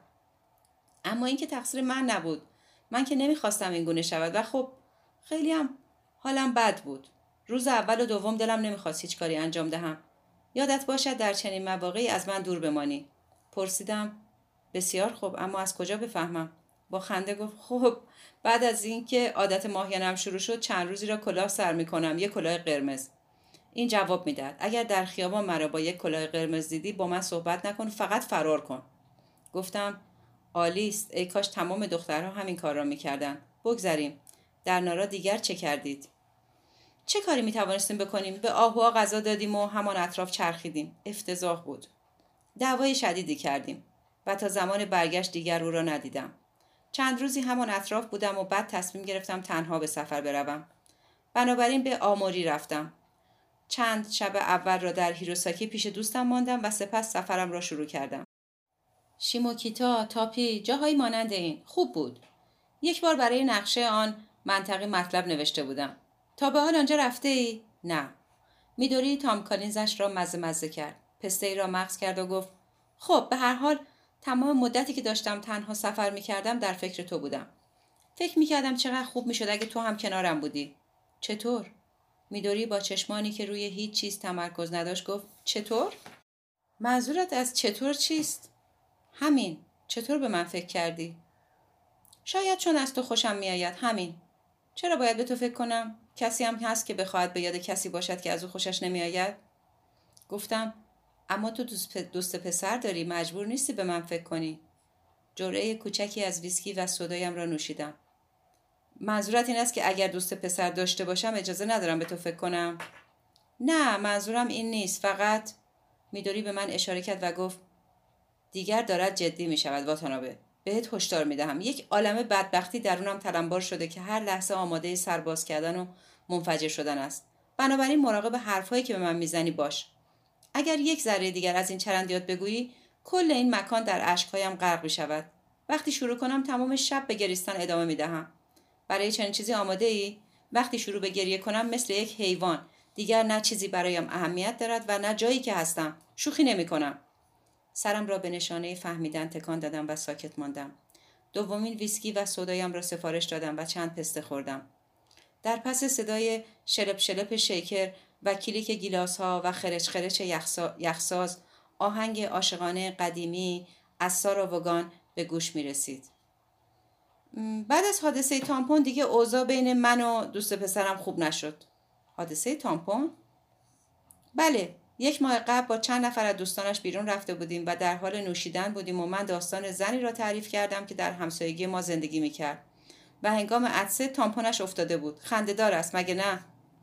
اما این که تقصیر من نبود. من که نمیخواستم این گونه شود و خب خیلی هم حالم بد بود. روز اول و دوم دلم نمیخواست هیچ کاری انجام دهم. یادت باشد در چنین مواقعی از من دور بمانی. پرسیدم بسیار خوب، اما از کجا بفهمم؟ با خنده گفت خب بعد از اینکه عادت ماهیانه‌ام شروع شد چند روزی را کلاه سر میکنم، یک کلاه قرمز. این جواب میداد اگر در خیابان مرا با یک کلاه قرمز دیدی با من صحبت نکن، فقط فرار کن. گفتم عالی است، ای کاش تمام دخترها همین کار را میکردند. بگذریم. در نارا دیگر چه کردید؟ چه کاری میتوانستیم بکنیم؟ به آهوها غذا دادیم و همان اطراف چرخیدیم. افتضاح بود. دعوای شدیدی کردیم و تا زمان برگشت دیگر او را ندیدم. چند روزی همان اطراف بودم و بعد تصمیم گرفتم تنها به سفر بروم. بنابراین به آموری رفتم. چند شب اول را در هیروساکی پیش دوستم ماندم و سپس سفرم را شروع کردم. شیموکیتا، تاپی، جاهایی مانند این. خوب بود. یک بار برای نقشه آن منطقه مطلب نوشته بودم. تا به حال آنجا رفته ای؟ نه. میدوری تام کالینزش را مزه مزه کرد. پسته ای را مغز کرد و گفت خب به هر حال تمام مدتی که داشتم تنها سفر میکردم در فکر تو بودم. فکر میکردم چقدر خوب میشد اگه تو هم کنارم بودی. چطور؟ میدوری با چشمانی که روی هیچ چیز تمرکز نداشت گفت چطور؟ منظورت از چطور چیست؟ همین. چطور به من فکر کردی؟ شاید چون از تو خوشم میآید، همین. چرا باید به تو فکر کنم؟ کسی هم هست که بخواهد به یاد کسی باشد که از او خوشش نمیآید؟ گفتم اما تو دوست, پ... دوست پسر داری، مجبور نیستی به من فکر کنی. جرعه کوچکی از ویسکی و سودایم را نوشیدم. منظورت این است که اگر دوست پسر داشته باشم اجازه ندارم به تو فکر کنم؟ نه، منظورم این نیست. فقط میدوری به من اشاره کرد و گفت دیگر دارد جدی می شود واتانابه. بهت هشدار می دهم. یک عالمه بدبختی درونم تلمبار شده که هر لحظه آماده سرباز کردن و منفجر شدن است. بنابراین مراقب حرفهایی که به من میزنی باش. اگر یک ذره دیگر از این چرندیات بگویی، کل این مکان در اشکهایم غرق می شود. وقتی شروع کنم تمام شب به گریستن ادامه می دهم. برای چنین چیزی آماده ای؟ وقتی شروع به گریه کنم مثل یک حیوان، دیگر نه چیزی برایم اهمیت دارد و نه جایی که هستم. شوخی نمی کنم. سرم را به نشانه فهمیدن تکان دادم و ساکت ماندم. دومین ویسکی و سودایم را سفارش دادم و چند پسته خوردم. در پس صدای شلپ شلپ شیکر و کلیک گیلاس ها و خرچ خرچ یخساز، آهنگ عاشقانه قدیمی از سارا وگان به گوش می رسید. بعد از حادثه تامپون دیگه اوضاع بین من و دوست پسرم خوب نشد. حادثه تامپون؟ بله، یک ماه قبل با چند نفر از دوستانش بیرون رفته بودیم و در حال نوشیدن بودیم و من داستان زنی را تعریف کردم که در همسایگی ما زندگی میکرد و هنگام عطسه تامپونش افتاده بود. خنده‌دار است مگه نه؟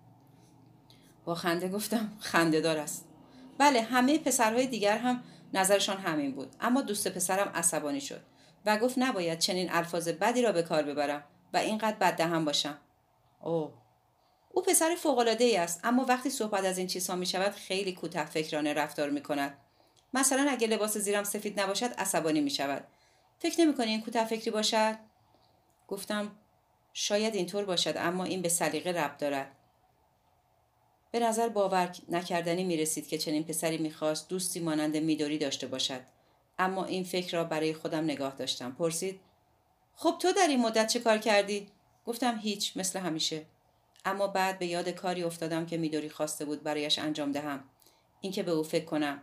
با خنده گفتم خنده‌دار است. بله، همه پسرهای دیگر هم نظرشان همین بود، اما دوست پسرم عصبانی شد و گفت نباید چنین الفاظ بدی را به کار ببرم و اینقدر بددهن باشم. اوه، او پسر فوق‌العاده‌ای است، اما وقتی صحبت از این چیزها می شود خیلی کوته فکرانه رفتار می کند. مثلا اگه لباس زیرم سفید نباشد عصبانی می شود. فکر نمی کنی این کوته فکری باشد؟ گفتم شاید اینطور باشد، اما این به سلیقه ربط دارد. به نظر باور نکردنی می رسید که چنین پسری می خواست دوستی مانند میدوری داشته باشد. اما این فکر را برای خودم نگاه داشتم. پرسید خب تو در این مدت چه کار کردی؟ گفتم هیچ، مثل همیشه. اما بعد به یاد کاری افتادم که میدوری خواسته بود برایش انجام دهم. اینکه به او فکر کنم.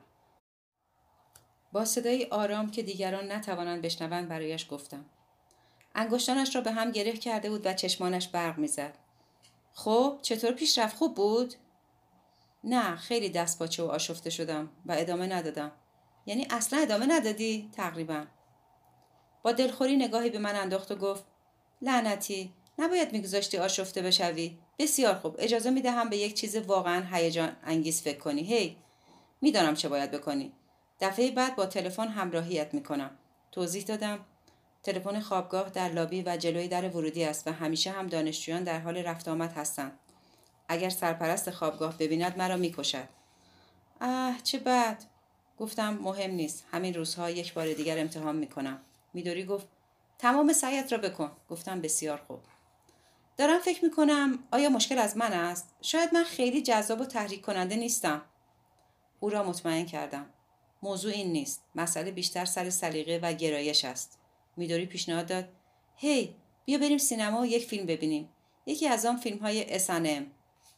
با صدای آرام که دیگران نتوانند بشنوند برایش گفتم. انگشتانش را به هم گره کرده بود و چشمانش برق میزد. خب چطور پیش رفت؟ خوب بود؟ نه، خیلی دست پاچه و آشفته شدم و ادامه ندادم. یعنی اصلا ادامه ندادی؟ تقریبا. با دلخوری نگاهی به من انداخت و گفت لعنتی، نباید میگذاشتی آشفته بشوی. بسیار خوب، اجازه میدهم به یک چیز واقعا هیجان انگیز فکر کنی. هی، میدانم چه باید بکنی. دفعه بعد با تلفن همراهیت میکنم. توضیح دادم تلفن خوابگاه در لابی و جلوی در ورودی است و همیشه هم دانشجویان در حال رفت آمد هستند. اگر سرپرست خوابگاه ببیند مرا میکشد. اه چه بد. گفتم مهم نیست، همین روزها یک بار دیگر امتحان میکنم. میدوری گفت تمام سعیت را بکن. گفتم بسیار خوب. دارم فکر میکنم آیا مشکل از من است؟ شاید من خیلی جذاب و تحریک کننده نیستم. او را مطمئن کردم. موضوع این نیست. مسئله بیشتر سر سلیقه و گرایش است. میدوری پیشنهاد داد هی بیا بریم سینما و یک فیلم ببینیم. یکی از آن فیلم های اس ان ام.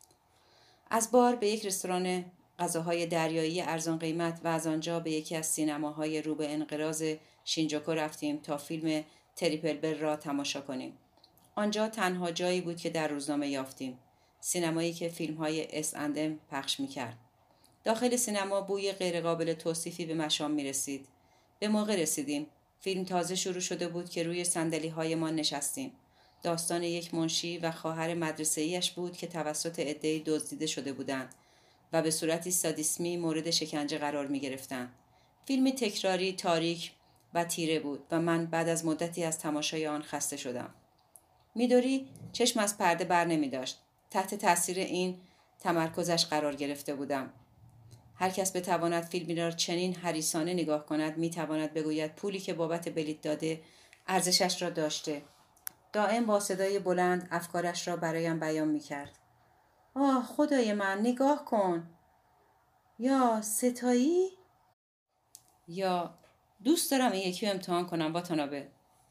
از بار به یک رستوران غذاهای دریایی ارزان قیمت و از آنجا به یکی از سینماهای رو به انقراض شینجوکو رفتیم تا فیلم تریپل بل را تماشا کنیم. آنجا تنها جایی بود که در روزنامه یافتیم. سینمایی که فیلم‌های اس اند ام پخش می‌کرد. داخل سینما بوی غیرقابل توصیفی به مشام می‌رسید. به موقع رسیدیم. فیلم تازه شروع شده بود که روی صندلی‌هایمان نشستیم. داستان یک منشی و خواهر مدرسه‌ایش بود که توسط عده‌ای دزدیده شده بودند و به صورتی سادیسمی مورد شکنجه قرار می‌گرفتند. فیلمی تکراری، تاریک و تیره بود و من بعد از مدتی از تماشای آن خسته شدم. میدوری چشم از پرده بر نمی داشت. تحت تاثیر این تمرکزش قرار گرفته بودم. هر کس بتواند فیلمی را چنین حریصانه نگاه کند میتواند بگوید پولی که بابت بلیط داده ارزشش را داشته. دائم با صدای بلند افکارش را برایم بیان میکرد. آه خدای من، نگاه کن. یا ستایی؟ یا دوست دارم این یکی امتحان کنم واتانابه.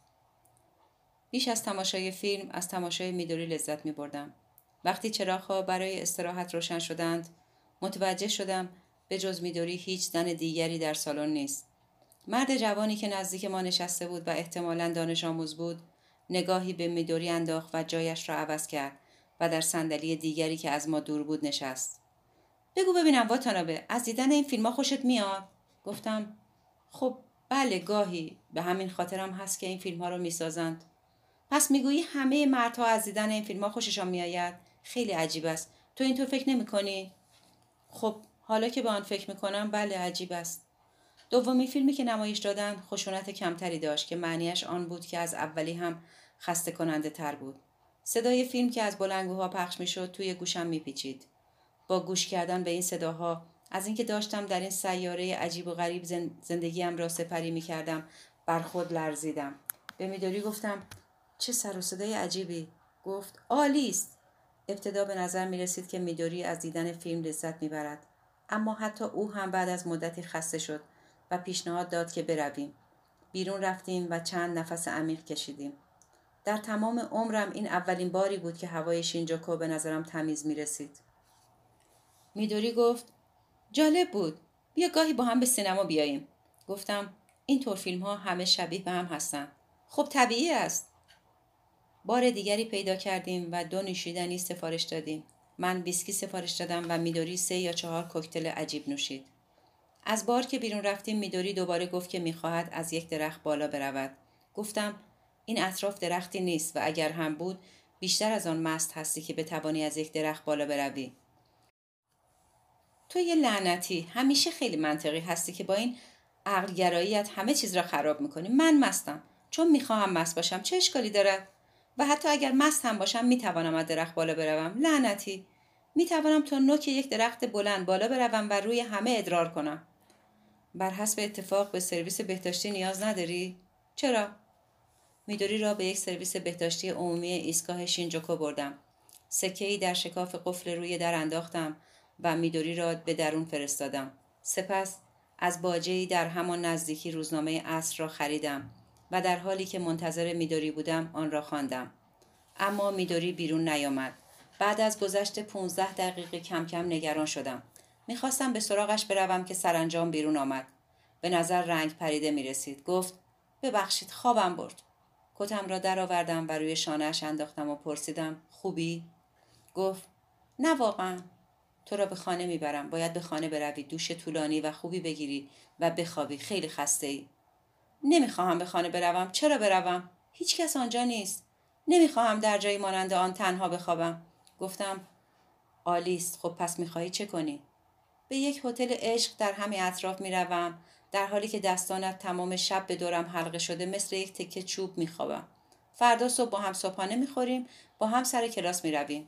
بیش از تماشای فیلم از تماشای میدوری لذت می بردم. وقتی چراغ‌ها برای استراحت روشن شدند متوجه شدم به جز میدوری هیچ زن دیگری در سالن نیست. مرد جوانی که نزدیک ما نشسته بود و احتمالاً دانش آموز بود نگاهی به میدوری انداخت و جایش را عوض کرد و در صندلی دیگری که از ما دور بود نشست. بگو ببینم واتانابه، از دیدن این فیلم‌ها خوشت میاد؟ گفتم خب بله گاهی، به همین خاطرم هست که این فیلم ها رو میسازند. پس میگویی همه مردها از دیدن این فیلم ها خوششان میآید؟ خیلی عجیب است. تو اینطور فکر نمی کنی؟ خب حالا که به آن فکر میکنم بله عجیب است. دومین فیلمی که نمایش دادند خشونت کمتری داشت که معنیش آن بود که از اولی هم خسته کننده تر بود. صدای فیلم که از بلندگوها پخش میشد توی گوشم میپیچید. با گوش کردن به این صداها، از اینکه داشتم در این سیاره عجیب و غریب زندگیم را سپری میکردم بر خود لرزیدم. به میدوری گفتم چه سر و صدای عجیبی. گفت عالی است. ابتدا به نظر می رسید که میدوری از دیدن فیلم لذت میبرد، اما حتی او هم بعد از مدتی خسته شد و پیشنهاد داد که برویم. بیرون رفتیم و چند نفس عمیق کشیدیم. در تمام عمرم این اولین باری بود که هوای شینجوکو به نظرم تمیز می رسید. میدوری گفت جالب بود. بیا گاهی با هم به سینما بیاییم. گفتم این طور فیلم ها همه شبیه به هم هستن. خب طبیعی است. بار دیگری پیدا کردیم و دو نوشیدنی سفارش دادیم. من ویسکی سفارش دادم و میدوری سه یا چهار کوکتل عجیب نوشید. از بار که بیرون رفتیم میدوری دوباره گفت که میخواهد از یک درخت بالا برود. گفتم این اطراف درختی نیست و اگر هم بود بیشتر از آن مست هستی که بتوانی از یک درخت بالا بروی. تو یه لعنتی، همیشه خیلی منطقی هستی که با این عقلگراییت همه چیز را خراب میکنی. من مستم چون میخواهم مست باشم. چه اشکالی دارد؟ و حتی اگر مست هم باشم میتوانم از درخت بالا بروم. لعنتی، میتوانم تا نوک یک درخت بلند بالا بروم و روی همه ادرار کنم. بر حسب اتفاق به سرویس بهداشتی نیاز نداری؟ چرا؟ میدوری را به یک سرویس بهداشتی عمومی ایستگاه شینجوکو بردم. سکه‌ای در شکاف قفل روی در انداختم و میدوری را به درون فرستادم. سپس از باجه‌ای در همان نزدیکی روزنامه عصر را خریدم و در حالی که منتظر میدوری بودم آن را خواندم. اما میدوری بیرون نیامد. بعد از گذشت پونزده دقیقه کم کم نگران شدم. میخواستم به سراغش بروم که سرانجام بیرون آمد. به نظر رنگ پریده می رسید. گفت ببخشید خوابم برد. کتم را در آوردم و روی شانه‌اش انداختم و پرسیدم خوبی؟ گفت نه واقعا. تو را به خانه میبرم. باید به خانه بروی، دوش طولانی و خوبی بگیری و بخوابی. خیلی خسته ای. نمیخواهم به خانه بروم. چرا بروم؟ هیچ کس آنجا نیست. نمیخواهم در جایی مانند آن تنها بخوابم. گفتم عالی است. خب پس میخواهی چه کنی؟ به یک هتل عشق در همین اطراف میروم، در حالی که دستانت تمام شب به دورم حلقه شده مثل یک تکه چوب میخوابم. فردا صبح با هم صبحانه میخوریم، با هم سر کلاس میرویم.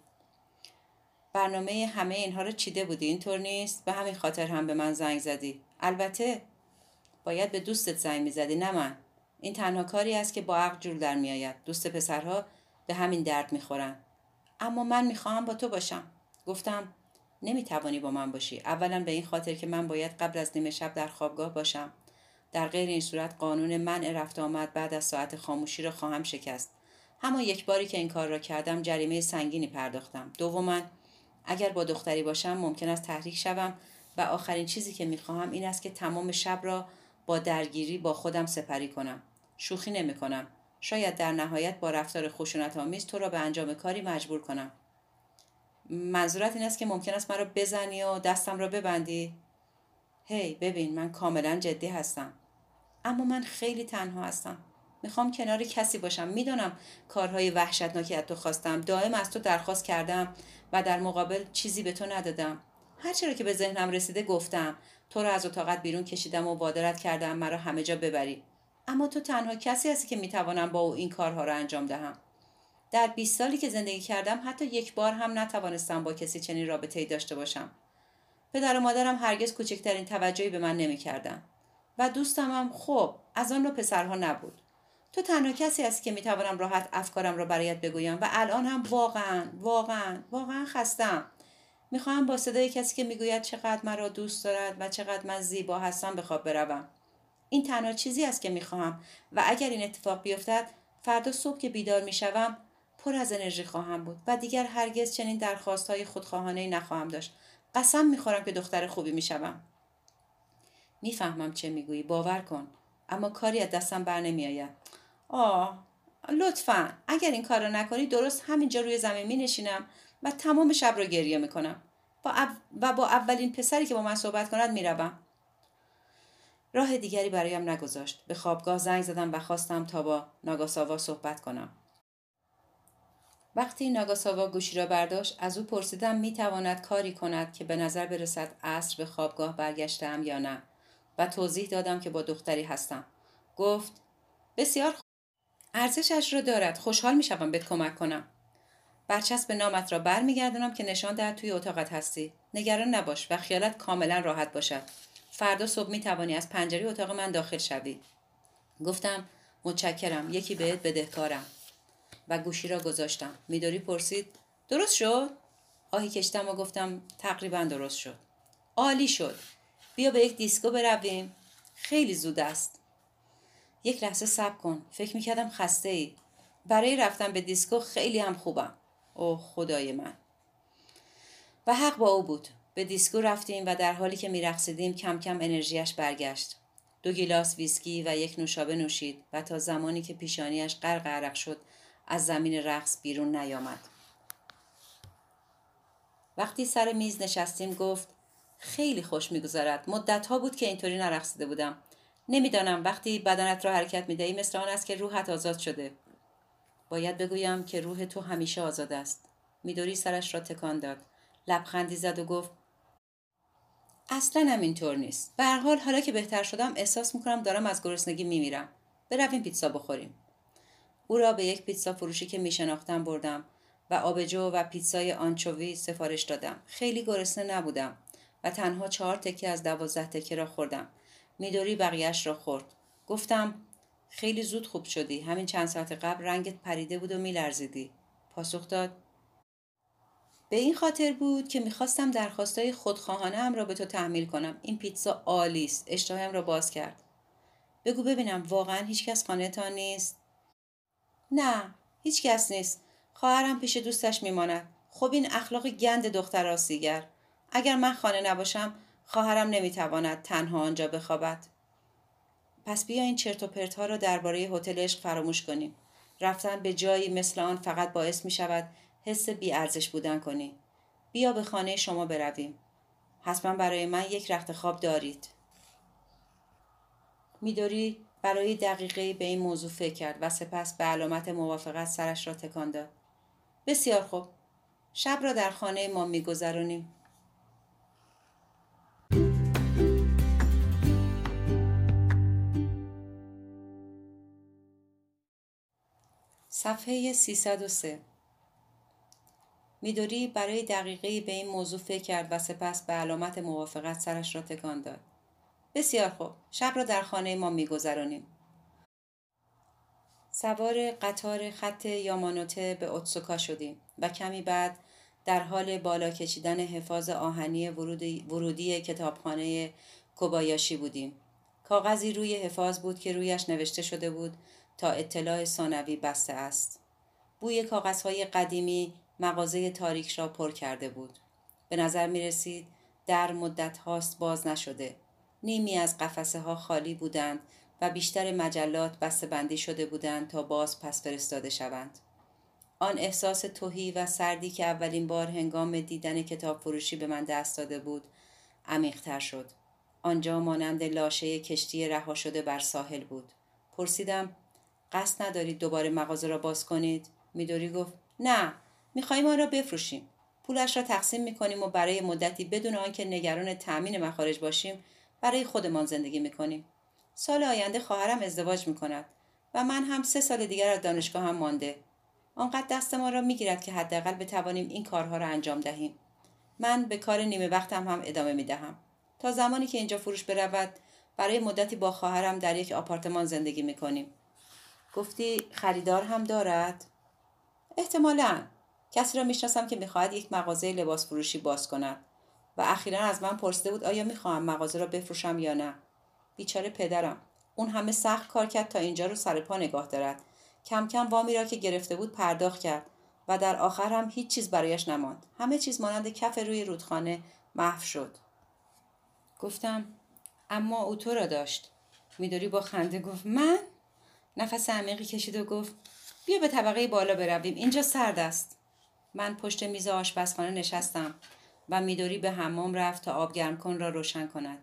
برنامه همه اینها رو چیده بودی، اینطور نیست؟ به همین خاطر هم به من زنگ زدی. البته باید به دوستت زنگ میزدی، نه من. این تنها کاری است که با عقل جور در میآید. دوست پسرها به همین درد میخورن. اما من میخواهم با تو باشم. گفتم نمیتوانی با من باشی. اولا به این خاطر که من باید قبل از نیمه شب در خوابگاه باشم. در غیر این صورت قانون منع رفت آمد بعد از ساعت خاموشی را خواهم شکست. همان یک باری که این کار را کردم جریمه سنگینی پرداختم. دوما اگر با دختری باشم ممکن است تحریک شوم و آخرین چیزی که میخواهم این است که تمام شب را با درگیری با خودم سپری کنم. شوخی نمی کنم. شاید در نهایت با رفتار خشونت‌آمیز تو را به انجام کاری مجبور کنم. منظورت این است که ممکن است مرا بزنی و دستم را ببندی؟ هی ببین، من کاملا جدی هستم. اما من خیلی تنها هستم. میخوام کنار کسی باشم. میدونم کارهای وحشتناکی از تو خواستم. دائم از تو درخواست کردم و در مقابل چیزی به تو ندادم. هر چرا که به ذهنم رسیده گفتم. تو را از اتاقت بیرون کشیدم و وادارت کردم مرا همه جا ببری. اما تو تنها کسی هستی که میتوانم با او این کارها را انجام دهم. در بیست سالی که زندگی کردم حتی یک بار هم نتوانستم با کسی چنین رابطه‌ای داشته باشم. پدر و مادرم هرگز کوچکترین توجهی به من نمی‌کردند و دوستم هم خب از آن نوع پسرها نبود. تو تنها کسی هستی که میتوانم راحت افکارم را برایت بگویم و الان هم واقعا واقعا واقعا خستم. میخواهم با صدای کسی که میگوید چقدر مرا دوست دارد و چقدر من زیبا هستم به خواب بروم. این تنها چیزی است که میخواهم و اگر این اتفاق بیفتد فردا صبح که بیدار میشوم پر از انرژی خواهم بود و دیگر هرگز چنین درخواست‌های خودخواهانه‌ای نخواهم داشت. قسم میخورم که دختر خوبی میشوم. میفهمم چه میگویی، باور کن، اما کاری از دستم بر نمیآید. آه لطفاً اگر این کار را نکنی درست همینجا روی زمین می نشینم و تمام شب را گریه میکنم با او... و با اولین پسری که با من صحبت کند میروم. راه دیگری برایم نگذاشت. به خوابگاه زنگ زدم و خواستم تا با ناگاساوا صحبت کنم. وقتی ناگاساوا گوشی را برداشت از او پرسیدم می تواند کاری کند که به نظر برسد عصر به خوابگاه برگشتم یا نه و توضیح دادم که با دختری هستم. گفت بسیار خوب. ارزشش را دارد. خوشحال می شوم بهت کمک کنم. برچسب نامت را برمیگردونم که نشان دهد توی اتاقت هستی. نگران نباش و خیالت کاملا راحت باشد. فردا صبح می توانی از پنجره اتاق من داخل شوی. گفتم متشکرم، یکی بهت بدهکارم. و گوشی را گذاشتم. میدوری پرسید درست شد؟ آهی کشتم و گفتم تقریبا درست شد. عالی شد. بیا به یک دیسکو برویم. خیلی زود است. یک لحظه صبر کن. فکر میکردم خسته ای. برای رفتن به دیسکو خیلی هم خوبم. اوه خدای من. و حق با او بود. به دیسکو رفتیم و در حالی که میرقصیدیم کم کم انرژیش برگشت. دو گیلاس ویسکی و یک نوشابه نوشید و تا زمانی که پیشانیش غرق عرق شد از زمین رقص بیرون نیامد. وقتی سر میز نشستیم گفت خیلی خوش میگذرد. مدت‌ها بود که اینطوری نرقصیده بودم. نمیدانم وقتی بدنت را حرکت میدهی مثل آن است که روحت آزاد شده. باید بگویم که روح تو همیشه آزاد است. میدوری سرش را تکان داد. لبخندی زد و گفت اصلا هم اینطور نیست. به هر حال حالا که بهتر شدم احساس میکنم دارم از گرسنگی میمیرم. برویم پیتزا بخوریم. او را به یک پیتزا فروشی که میشناختم بردم و آبجو و پیتزای آنچووی سفارش دادم. خیلی گرسنه نبودم و تنها چهار تکه از دوازده تکه را خوردم. میدوری بقیهش را خورد. گفتم خیلی زود خوب شدی. همین چند ساعت قبل رنگت پریده بود و میلرزیدی. پاسخ داد به این خاطر بود که میخواستم درخواستای خودخواهانه ام را به تو تحمیل کنم. این پیتزا عالی است. اشتهایم را باز کرد. بگو ببینم واقعا هیچ کس خانه تان نیست؟ نه، هیچ کس نیست. خواهرم پیش دوستش میماند. خب این اخلاق گند دختر آسیگر. اگر من خانه نباشم خواهرم نمیتواند تنها آنجا بخوابد. پس بیا این چرت و پرت ها را درباره هتل عشق فراموش کنیم. رفتن به جایی مثل آن فقط باعث می شود حس بی ارزش بودن کنی. بیا به خانه شما برویم. حتما برای من یک رخت خواب دارید. میدوری برای دقیقه‌ای به این موضوع فکر کرد و سپس به علامت موافقت سرش را تکان داد. بسیار خوب. شب را در خانه ما می‌گذرانیم. صفحه سیصد و سه. میدوری برای دقیقه‌ای به این موضوع فکر کرد و سپس به علامت موافقت سرش را تکان داد. بسیار خوب. شب را در خانه ما می‌گذرانیم. سوار قطار خط یامانوته به اوتسوکا شدیم و کمی بعد در حال بالا کشیدن حفاظ آهنی ورودی, ورودی کتابخانه کوبایاشی بودیم. کاغذی روی حفاظ بود که رویش نوشته شده بود تا اطلاع ثانوی بسته است. بوی کاغذهای قدیمی مغازه تاریک را پر کرده بود. به نظر می رسید در مدت هاست باز نشده. نیمی از قفسه ها خالی بودند و بیشتر مجلات بسته‌بندی شده بودند تا باز پس فرستاده شوند. آن احساس تهی و سردی که اولین بار هنگام دیدن کتاب فروشی به من دست داده بود عمیق‌تر شد. آنجا مانند لاشه کشتی رها شده بر ساحل بود. پرسیدم قصد ندارید دوباره مغازه را باز کنید؟ میدوری گفت نه، می‌خوایم آن را بفروشیم. پولش را تقسیم می‌کنیم و برای مدتی بدون آنکه نگران تأمین مخارج باشیم برای خودمان زندگی می‌کنیم. سال آینده خواهرم ازدواج می‌کند و من هم سه سال دیگر از دانشگاه هم مانده. آنقدر دست ما را می‌گیرد که حداقل بتوانیم این کارها را انجام دهیم. من به کار نیمه وقتم هم ادامه می‌دهم. تا زمانی که اینجا فروش برود برای مدتی با خواهرم در یک آپارتمان زندگی می‌کنیم. گفتی خریدار هم دارد؟ احتمالاً. کسی را می‌شناسم که می‌خواهد یک مغازه لباس فروشی باز کند و اخیراً از من پرسیده بود آیا می‌خواهم مغازه را بفروشم یا نه. بیچاره پدرم. اون همه سخت کار کرد تا اینجا رو سر پا نگاه دارد. کم کم وامی را که گرفته بود پرداخت کرد و در آخر هم هیچ چیز برایش نماند. همه چیز مانند کف روی رودخانه محو شد. گفتم اما او تو را داشت. میدوری با خنده گفت من؟ نفس عمیقی کشید و گفت بیا به طبقه بالا برویم. اینجا سرد است. من پشت میز آشپزخانه نشستم و میدوری به حمام رفت تا آب گرم کن را روشن کند.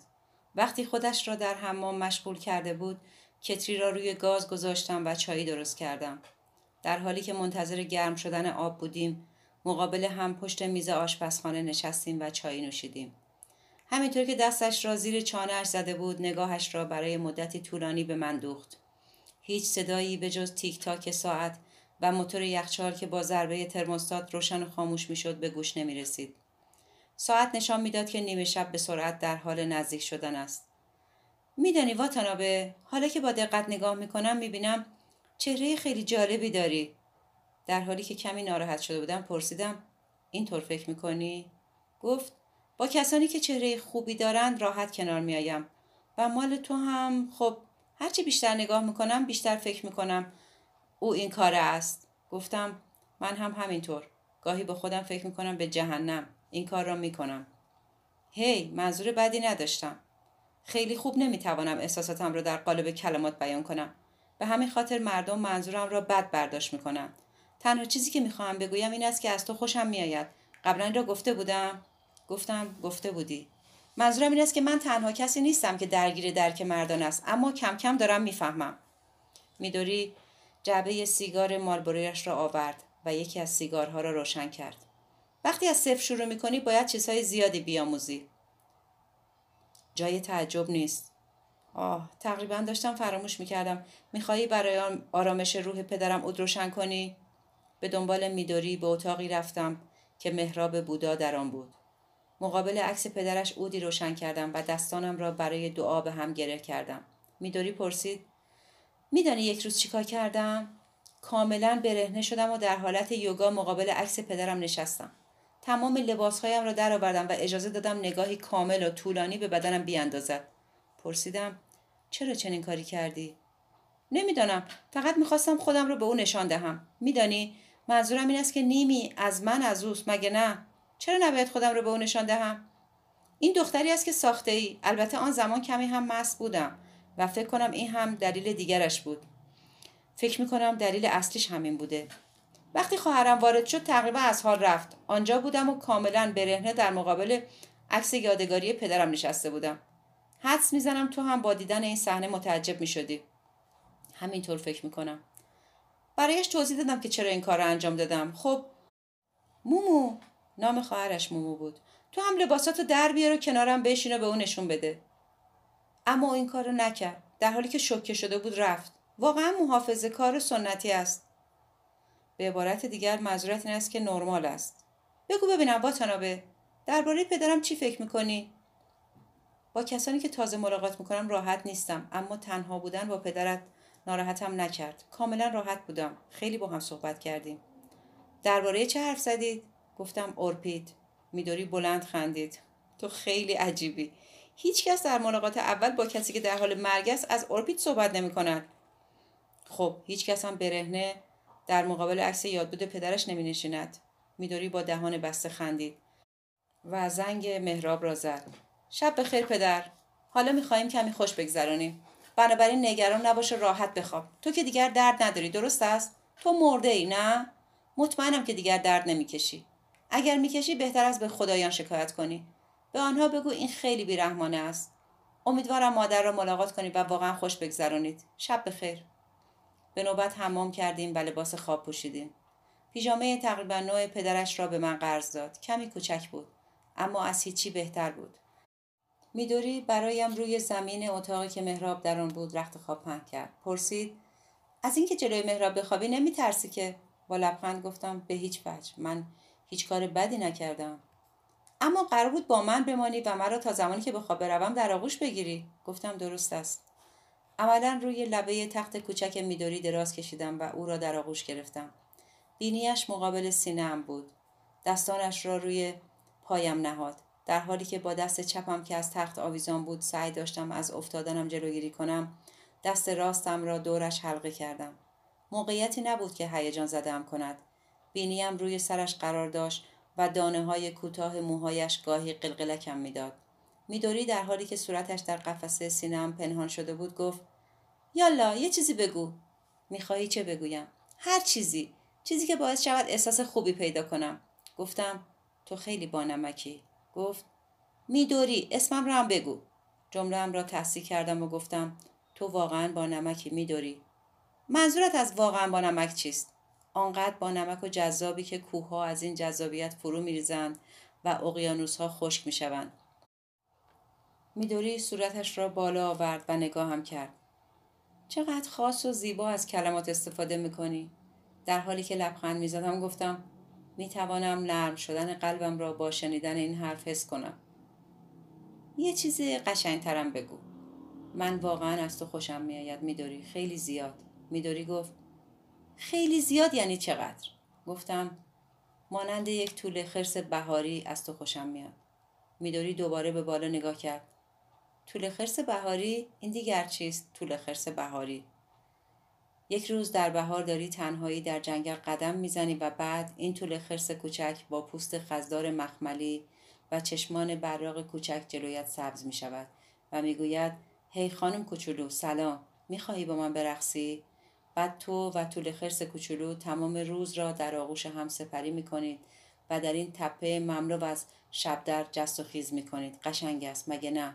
وقتی خودش را در حمام مشغول کرده بود، کتری را روی گاز گذاشتم و چایی درست کردم. در حالی که منتظر گرم شدن آب بودیم، مقابل هم پشت میز آشپزخانه نشستیم و چای نوشیدیم. همینطور که دستش را زیر چانه‌اش زده بود، نگاهش را برای مدتی طولانی به من دوخت. هیچ صدایی به جز تیک تاک ساعت و موتور یخچال که با ضربه ترموستات روشن و خاموش میشد به گوش نمی رسید. ساعت نشان میداد که نیمه شب به سرعت در حال نزدیک شدن است. میدانی واتانابه، حالا که با دقت نگاه میکنم میبینم چهره خیلی جالبی داری. در حالی که کمی ناراحت شده بودم پرسیدم اینطور فکر میکنی؟ گفت با کسانی که چهره خوبی دارند راحت کنار میایم و مال تو هم. خب هرچی بیشتر نگاه میکنم بیشتر فکر میکنم او این کاره است. گفتم من هم همینطور. گاهی با خودم فکر میکنم به جهنم این کار را میکنم. هی منظور بدی نداشتم. خیلی خوب نمیتوانم احساساتم را در قالب کلمات بیان کنم. به همین خاطر مردم منظورم را بد برداشت میکنند. تنها چیزی که میخواهم بگویم این است که از تو خوشم میآید. قبلا این را گفته بودم؟ گفتم گفته بودی. منظورم این است که من تنها کسی نیستم که درگیر درک مردان است، اما کم کم دارم میفهمم. میدوری جعبه سیگار مارلبورویش را آورد و یکی از سیگارها را روشن کرد. وقتی از صفر شروع میکنی باید چیزهای زیادی بیاموزی. جای تعجب نیست. آه، تقریبا داشتم فراموش میکردم. میخوایی برای آرامش روح پدرم عود روشن کنی؟ به دنبال میدوری به اتاقی رفتم که محراب بودا در آن بود. مقابل عکس پدرش عودی روشن کردم و دستانم را برای دعا به هم گره کردم. میدوری پرسید میدانی یک روز چیکار کردم؟ کاملا برهنه شدم و در حالت یوگا مقابل عکس پدرم نشستم. تمام لباسهایم را درآوردم و اجازه دادم نگاهی کامل و طولانی به بدنم بیاندازد. پرسیدم چرا چنین کاری کردی؟ نمیدانم، فقط میخواستم خودم را به او نشان دهم. میدانی منظورم این است که نیمی از من از اوست، مگه نه؟ چرا نباید خودم را به او نشان دهم؟ این دختری است که ساخته ای. البته آن زمان کمی هم مست بودم و فکر کنم این هم دلیل دیگرش بود. فکر میکنم دلیل اصلیش همین بوده. وقتی خواهرم وارد شد تقریبا از حال رفت. آنجا بودم و کاملا برهنه در مقابل عکس یادگاری پدرم نشسته بودم. حدس میزنم تو هم با دیدن این صحنه متعجب میشدی. همینطور فکر میکنم. برایش توضیح دادم که چرا این کار را انجام دادم. خب مومو، نام خواهرش مومو بود، تو هم لباساتو در بیار و کنارم بشین و به اون نشون بده. اما او این کار رو نکرد. در حالی که شوکه شده بود رفت. واقعا محافظه کار سنتی است. به عبارت دیگر منظورت این است که نرمال است. بگو ببینم واتانابه، درباره پدرم چی فکر میکنی؟ با کسانی که تازه ملاقات میکنم راحت نیستم، اما تنها بودن با پدرت ناراحتم نکرد. کاملا راحت بودم. خیلی با هم صحبت کردیم. درباره چه حرف زدید؟ گفتم اورپید. میدوری بلند خندید. تو خیلی عجیبی. هیچ کس در ملاقات اول با کسی که در حال مرگ است از اورپید صحبت نمی کند. خب هیچ کس هم برهنه در مقابل عکس یادبود پدرش نمی نشیند. میدوری با دهان بسته خندید و زنگ محراب را زد. شب بخیر پدر. حالا میخواییم کمی خوش بگذرانیم. بنابراین نگران نباش و راحت بخواب. تو که دیگر درد نداری، درست است؟ تو مرده ای نه؟ مطمئنم که دیگر درد نمیکشی. اگر میکشی بهتر از به خدایان شکایت کنی. به آنها بگو این خیلی بیرحمانه است. امیدوارم مادر را ملاقات کنید و واقعا خوش بگذرانید. شب بخیر. به نوبت حمام کردیم و لباس خواب پوشیدیم. پیژامه تقریبا نوع پدرش را به من قرض داد. کمی کوچک بود، اما از هیچی بهتر بود. میدوری برایم روی زمین اتاقی که محراب در آن بود رخت خواب پهن کرد. پرسید از اینکه جلوی محراب بخوابی نمیترسی که؟ با لبخند گفتم به هیچ وجه. من هیچ کار بدی نکردم. اما قرار بود با من بمانی و مرا تا زمانی که به خواب بروم در آغوش بگیری. گفتم درست است. عملاً روی لبه تخت کوچک میدوری دراز کشیدم و او را در آغوش گرفتم. بینیش مقابل سینه‌ام بود. دستانش را روی پایم نهاد. در حالی که با دست چپم که از تخت آویزان بود سعی داشتم از افتادنم جلوگیری کنم، دست راستم را دورش حلقه کردم. موقعیتی نبود که هیجان زده‌ام کند. بینیم روی سرش قرار داشت و دانه‌های کوتاه موهایش گاهی قلقلکم می‌داد. میدوری در حالی که صورتش در قفسه سینه‌ام پنهان شده بود گفت یالا یه چیزی بگو. می‌خوای چه بگویم؟ هر چیزی. چیزی که باعث شود احساس خوبی پیدا کنم. گفتم تو خیلی بانمکی. گفت میدوری اسمم رو هم بگو. جمله‌ام را تصحیح کردم و گفتم تو واقعاً با نمکی می‌دوری. منظورت از واقعاً با نمک چیست؟ آنقدر با نمک و جذابی که کوه‌ها از این جذابیت فرو می‌ریزند و اقیانوس‌ها خشک می‌شوند. میدوری صورتش را بالا آورد و نگاهم کرد. چقدر خاص و زیبا از کلمات استفاده می‌کنی. در حالی که لبخند می‌زدم گفتم می‌توانم نرم شدن قلبم را با شنیدن این حرف حس کنم. یه چیز قشنگ‌ترم بگو. من واقعاً از تو خوشم می‌آید میدوری، خیلی زیاد. میدوری گفت خیلی زیاد یعنی چقدر؟ گفتم مانند یک توله خرس بهاری از تو خوشم میاد. میدوری دوباره به بالا نگاه کرد. توله خرس بهاری؟ این دیگر چیست توله خرس بهاری؟ یک روز در بهار داری تنهایی در جنگل قدم میزنی و بعد این توله خرس کوچک با پوست خزدار مخملی و چشمان براق کوچک جلویت سبز می شود و میگوید هی خانم کوچولو سلام، میخواهی با من برقصی؟ بعد تو و توله خرس کوچولو تمام روز را در آغوش هم سپری میکنید و در این تپه مملو از شبدر جست و خیز میکنید. قشنگ است مگه نه؟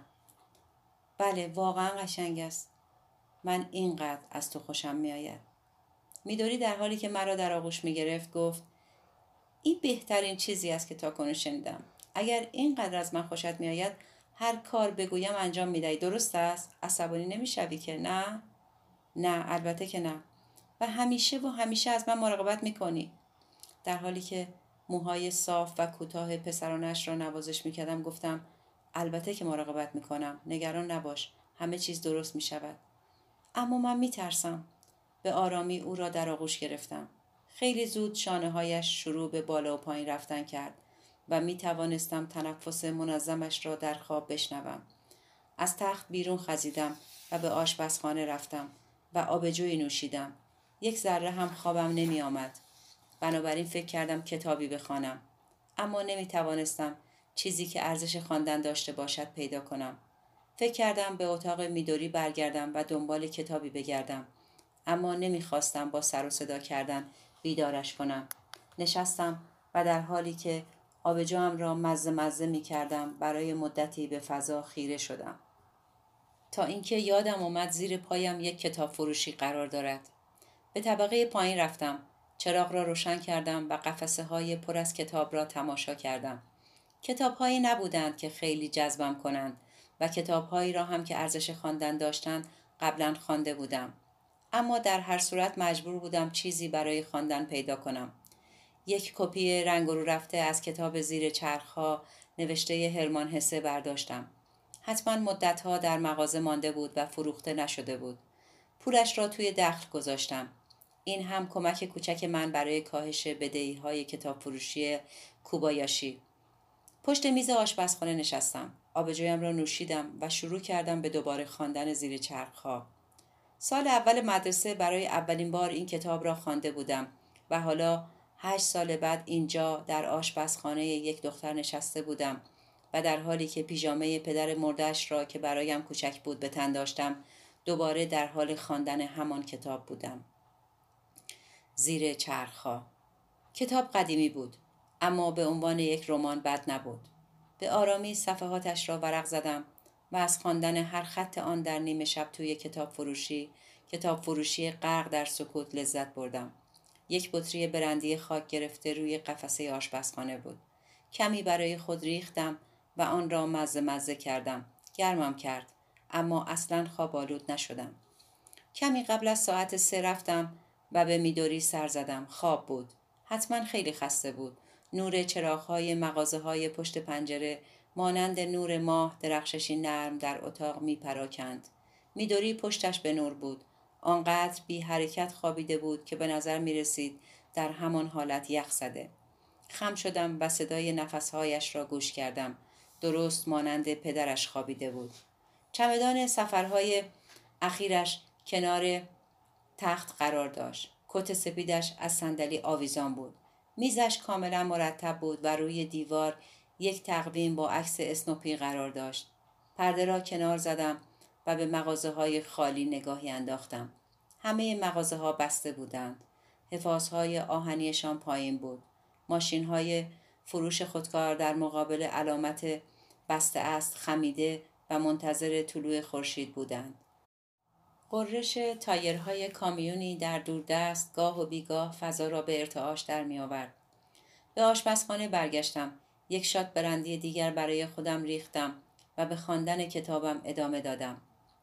بله واقعا قشنگ است. من اینقدر از تو خوشم میآید. میدوری در حالی که مرا در آغوش میگرفت گفت این بهترین چیزی است که تاکنون شنیدم. اگر اینقدر از من خوشت میآید هر کار بگویم انجام میدهی، درست است؟ عصبانی نمیشوی که نه؟ نه البته که نه. و همیشه و همیشه از من مراقبت میکنی. در حالی که موهای صاف و کوتاه پسرانش را نوازش میکردم گفتم البته که مراقبت میکنم، نگران نباش، همه چیز درست میشود. اما من میترسم. به آرامی او را در آغوش گرفتم. خیلی زود شانه هایش شروع به بالا و پایین رفتن کرد و می توانستم تنفس منظمش را در خواب بشنوم. از تخت بیرون خزیدم و به آشپزخانه رفتم و آبجوی نوشیدم. یک ذره هم خوابم نمی آمد. بنابراین فکر کردم کتابی بخوانم. اما نمی توانستم چیزی که ارزش خواندن داشته باشد پیدا کنم. فکر کردم به اتاق میدوری برگردم و دنبال کتابی بگردم. اما نمیخواستم با سر و صدا کردن بیدارش کنم. نشستم و در حالی که آبجوام را مزه مزه می کردم برای مدتی به فضا خیره شدم. تا اینکه یادم اومد زیر پایم یک کتاب فروشی قرار دارد. به طبقه پایین رفتم. چراغ را روشن کردم و قفسه های پر از کتاب را تماشا کردم. کتاب هایی نبودند که خیلی جذبم کنند و کتاب هایی را هم که ارزش خواندن داشتند قبلا خوانده بودم. اما در هر صورت مجبور بودم چیزی برای خواندن پیدا کنم. یک کپی رنگ رو رفته از کتاب زیر چرخ‌ها نوشته هرمان هسه برداشتم. حتما مدت‌ها در مغازه مانده بود و فروخته نشده بود. پولش را توی دخل گذاشتم. این هم کمک کوچک من برای کاهش بدهی‌های کتاب فروشی کوبایاشی. پشت میز آشپزخانه نشستم. آبجویم را نوشیدم و شروع کردم به دوباره خواندن زیر چرخ‌ها. سال اول مدرسه برای اولین بار این کتاب را خوانده بودم و حالا هشت سال بعد اینجا در آشپزخانه یک دختر نشسته بودم و در حالی که پیژامه پدر مرده‌اش را که برایم کوچک بود به تن داشتم دوباره در حال خواندن همان کتاب بودم. زیر چرخ‌ها. کتاب قدیمی بود اما به عنوان یک رمان بد نبود. به آرامی صفحاتش را ورق زدم و از خواندن هر خط آن در نیمه شب توی کتاب فروشی کتاب فروشی غرق در سکوت لذت بردم. یک بطری برندی خاک گرفته روی قفسه آشپزخانه بود. کمی برای خود ریختم و آن را مزه مزه کردم. گرمم کرد اما اصلاً خواب آلود نشدم. کمی قبل از ساعت سه رفتم و به میدوری سر زدم. خواب بود. حتما خیلی خسته بود. نور چراغ‌های مغازه‌های پشت پنجره مانند نور ماه درخششی نرم در اتاق می پراکند. میدوری پشتش به نور بود. آنقدر بی حرکت خوابیده بود که به نظر می رسید در همان حالت یخ زده. خم شدم و صدای نفسهایش را گوش کردم. درست مانند پدرش خوابیده بود. چمدان سفرهای اخیرش کنار تخت قرار داشت. کت سپیدش از صندلی آویزان بود. میزش کاملا مرتب بود و روی دیوار یک تقویم با عکس اسنوپی قرار داشت. پرده را کنار زدم و به مغازه‌های خالی نگاهی انداختم. همه مغازه‌ها بسته بودند. حفاظهای آهنیشان پایین بود. ماشین‌های فروش خودکار در مقابل علامت بسته است خمیده و منتظر طلوع خورشید بودند. غرش تایرهای کامیونی در دوردست گاه و بیگاه فضا را به ارتعاش در می آورد. به آشپزخانه برگشتم. یک شات برندی دیگر برای خودم ریختم و به خواندن کتابم ادامه دادم.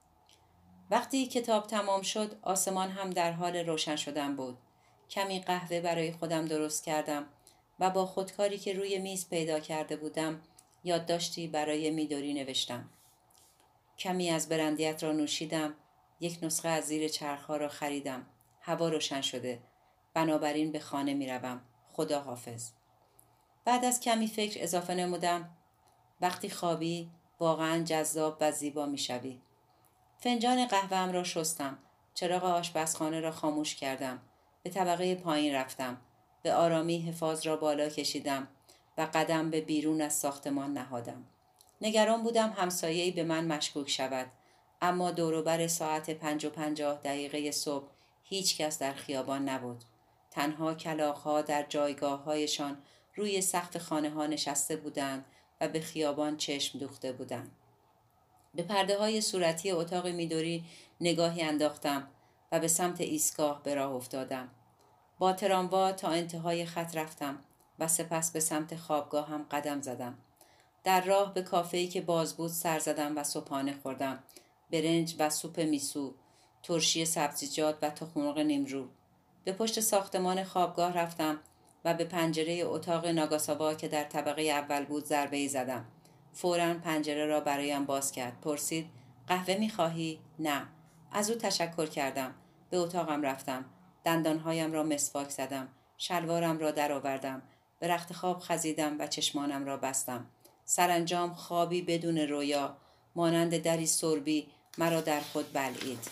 وقتی کتاب تمام شد، آسمان هم در حال روشن شدن بود. کمی قهوه برای خودم درست کردم و با خودکاری که روی میز پیدا کرده بودم یادداشتی برای میدوری نوشتم. کمی از برندیت را نوشیدم. یک نسخه از زیر چرخها را خریدم. هوا روشن شده. بنابراین به خانه می روم. خدا حافظ. بعد از کمی فکر اضافه نمودم. وقتی خوابی واقعا جذاب و زیبا می شوی. فنجان قهوه‌ام را شستم. چراغ آشپزخانه را خاموش کردم. به طبقه پایین رفتم. به آرامی حفاظ را بالا کشیدم و قدم به بیرون از ساختمان نهادم. نگران بودم همسایه‌ای به من مشکوک شود، اما دوروبر ساعت پنج و پنجاه دقیقه صبح هیچ کس در خیابان نبود. تنها کلاغ‌ها در جایگاه‌هایشان روی سقف خانه‌ها نشسته بودند و به خیابان چشم دوخته بودند. به پرده‌های صورتی اتاق میدوری نگاهی انداختم و به سمت ایستگاه به راه افتادم. با تراموا تا انتهای خط رفتم و سپس به سمت خوابگاهم قدم زدم. در راه به کافه‌ای که باز بود سر زدم و صبحانه خوردم. برنج و سوپ میسو، ترشی سبزیجات و تخم مرغ نیمرو. به پشت ساختمان خوابگاه رفتم و به پنجره اتاق ناگاساوا که در طبقه اول بود ضربه‌ای زدم. فوراً پنجره را برایم باز کرد. پرسید: قهوه می‌خواهی؟ نه. از او تشکر کردم. به اتاقم رفتم. دندانهایم را مسواک زدم. شلوارم را درآوردم. به رخت خواب خزیدم و چشمانم را بستم. سرانجام خوابی بدون رویا مانند دری سربی مرا در خود بلعید.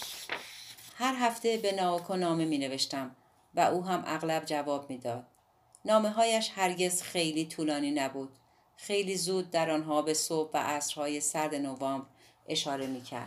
هر هفته به ناوکو نامه می نوشتم و او هم اغلب جواب می داد. نامه هایش هرگز خیلی طولانی نبود. خیلی زود در آنها به صبح و عصرهای سرد نوامبر اشاره می کرد.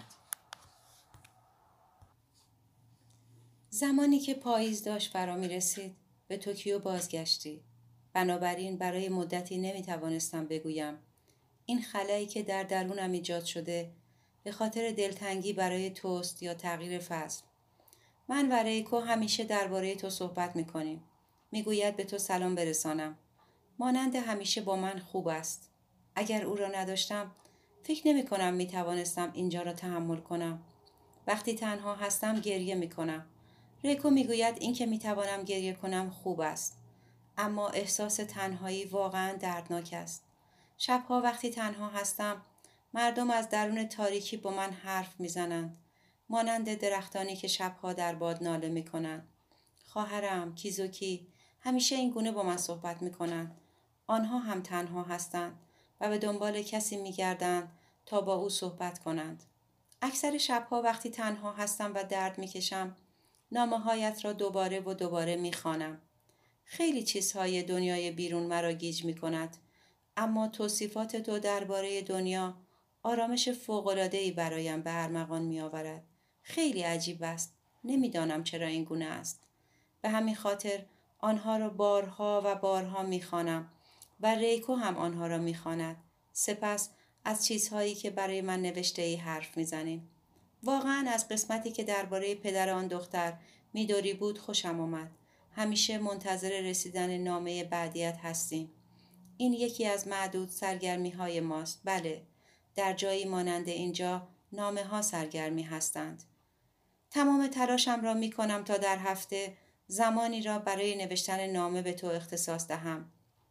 زمانی که پاییز داشت فرا می رسید به توکیو بازگشتی. بنابراین برای مدتی نمی توانستم بگویم این خلایی که در درونم ایجاد شده به خاطر دلتنگی برای توست یا تغییر فصل. من و ریکو همیشه درباره تو صحبت می کنیم. می گوید به تو سلام برسانم. مانند همیشه با من خوب است. اگر او را نداشتم فکر نمی کنم می توانستم اینجا را تحمل کنم. وقتی تنها هستم گریه می کنم. ریکو می گوید این که می توانم گریه کنم خوب است. اما احساس تنهایی واقعا دردناک است. شبها وقتی تنها هستم مردم از درون تاریکی با من حرف می زنند. مانند درختانی که شبها در باد ناله می کنند. خواهرم کیزوکی همیشه این گونه با من صحبت می کنند. آنها هم تنها هستند و به دنبال کسی می گردند تا با او صحبت کنند. اکثر شبها وقتی تنها هستم و درد می کشم نامه هایت را دوباره و دوباره می خوانم. خیلی چیزهای دنیای بیرون مرا گیج می کند. اما توصیفات تو درباره دنیا آرامش فوق‌العاده‌ای برایم به ارمغان می آورد. خیلی عجیب است. نمیدانم چرا این گونه است. به همین خاطر آنها را بارها و بارها می خوانم و ریکو هم آنها را می خواند. سپس از چیزهایی که برای من نوشته ای حرف می زنیم. واقعا از قسمتی که درباره پدر آن دختر میدوری بود خوشم آمد. همیشه منتظر رسیدن نامه بعدیت هستیم. این یکی از معدود سرگرمی های ماست. بله، در جایی مانند اینجا نامه ها سرگرمی هستند. تمام تلاشم را می کنم تا در هفته زمانی را برای نوشتن نامه به تو اختصاص دهم.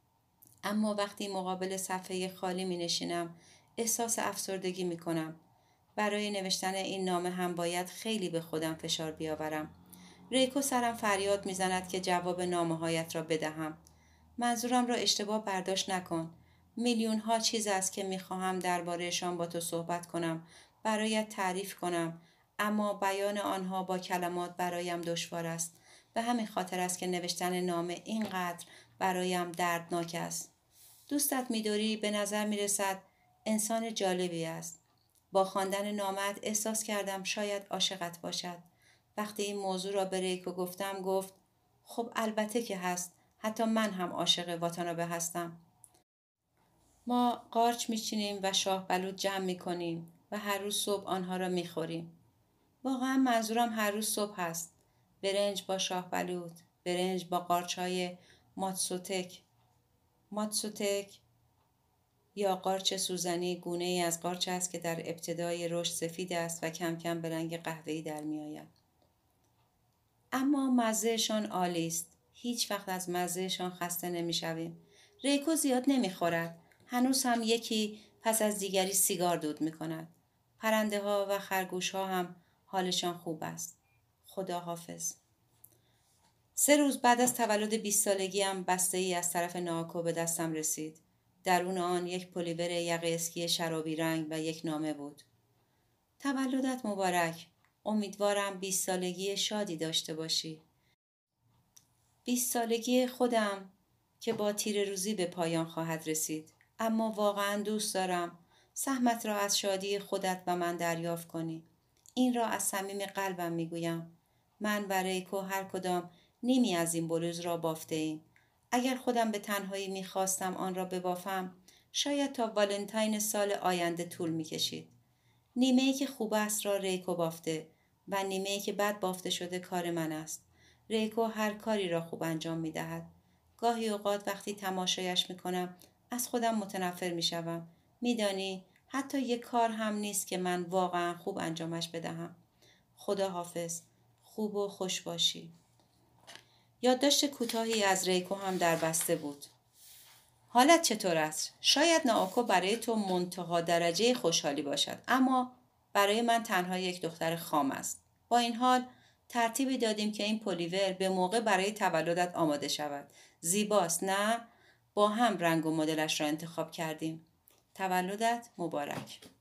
اما وقتی مقابل صفحه خالی می نشینم احساس افسردگی می کنم. برای نوشتن این نامه هم باید خیلی به خودم فشار بیاورم. ریکو سرم فریاد می زند که جواب نامه هایت را بدهم. منظورم را اشتباه برداشت نکن. میلیون ها چیز است که می خواهم درباره‌شان با تو صحبت کنم، برایت تعریف کنم، اما بیان آنها با کلمات برایم دشوار است. به همین خاطر است که نوشتن نامه اینقدر برایم دردناک است. دوستت میدوری به نظر می رسد انسان جالبی است. با خواندن نامت احساس کردم شاید عاشقت باشد. وقتی این موضوع را به ریکو گفتم گفت خب البته که هست. حتی من هم عاشق واتانابه هستم. ما قارچ میچینیم و شاه بلوط جمع میکنیم و هر روز صبح آنها را میخوریم. واقعا منظورم هر روز صبح هست. برنج با شاه بلوط، برنج با قارچ های ماتسوتک. ماتسوتک یا قارچ سوزنی گونه ای از قارچ است که در ابتدای رشد سفید است و کم کم به رنگ قهوه‌ای در می آید. اما مزهشان عالی است. هیچ وقت از مزهشان خسته نمی شویم. ریکو زیاد نمی خورد. هنوز هم یکی پس از دیگری سیگار دود می کند. پرنده ها و خرگوش ها هم حالشان خوب است. خدا حافظ. سه روز بعد از تولد بیست سالگیم بسته ای از طرف ناکو به دستم رسید. درون آن یک پلیور یقه اسکی شرابی رنگ و یک نامه بود. تولدت مبارک. امیدوارم بیست سالگی شادی داشته باشی. بیست سالگی خودم که با تیر روزی به پایان خواهد رسید. اما واقعا دوست دارم سهمت را از شادی خودت و من دریافت کنی. این را از صمیم قلبم میگویم. من و ریکو هر کدام نیمی از این بلوز را بافته ایم. اگر خودم به تنهایی میخواستم آن را ببافم، شاید تا والنتاین سال آینده طول میکشید. نیمه ای که خوب است را ریکو بافته و نیمه ای که بد بافته شده کار من است. ریکو هر کاری را خوب انجام می دهد. گاهی اوقات وقتی تماشایش می کنم از خودم متنفر می شوم. می دانی حتی یک کار هم نیست که من واقعا خوب انجامش بدهم. خدا حافظ. خوب و خوش باشی. یادداشت کوتاهی از ریکو هم در بسته بود. حالت چطور است؟ شاید ناوکو برای تو منتها درجه خوشحالی باشد، اما برای من تنها یک دختر خام است. با این حال ترتیبی دادیم که این پلیور به موقع برای تولدت آماده شود. زیباست نه؟ با هم رنگ و مدلش را انتخاب کردیم. تولدت مبارک.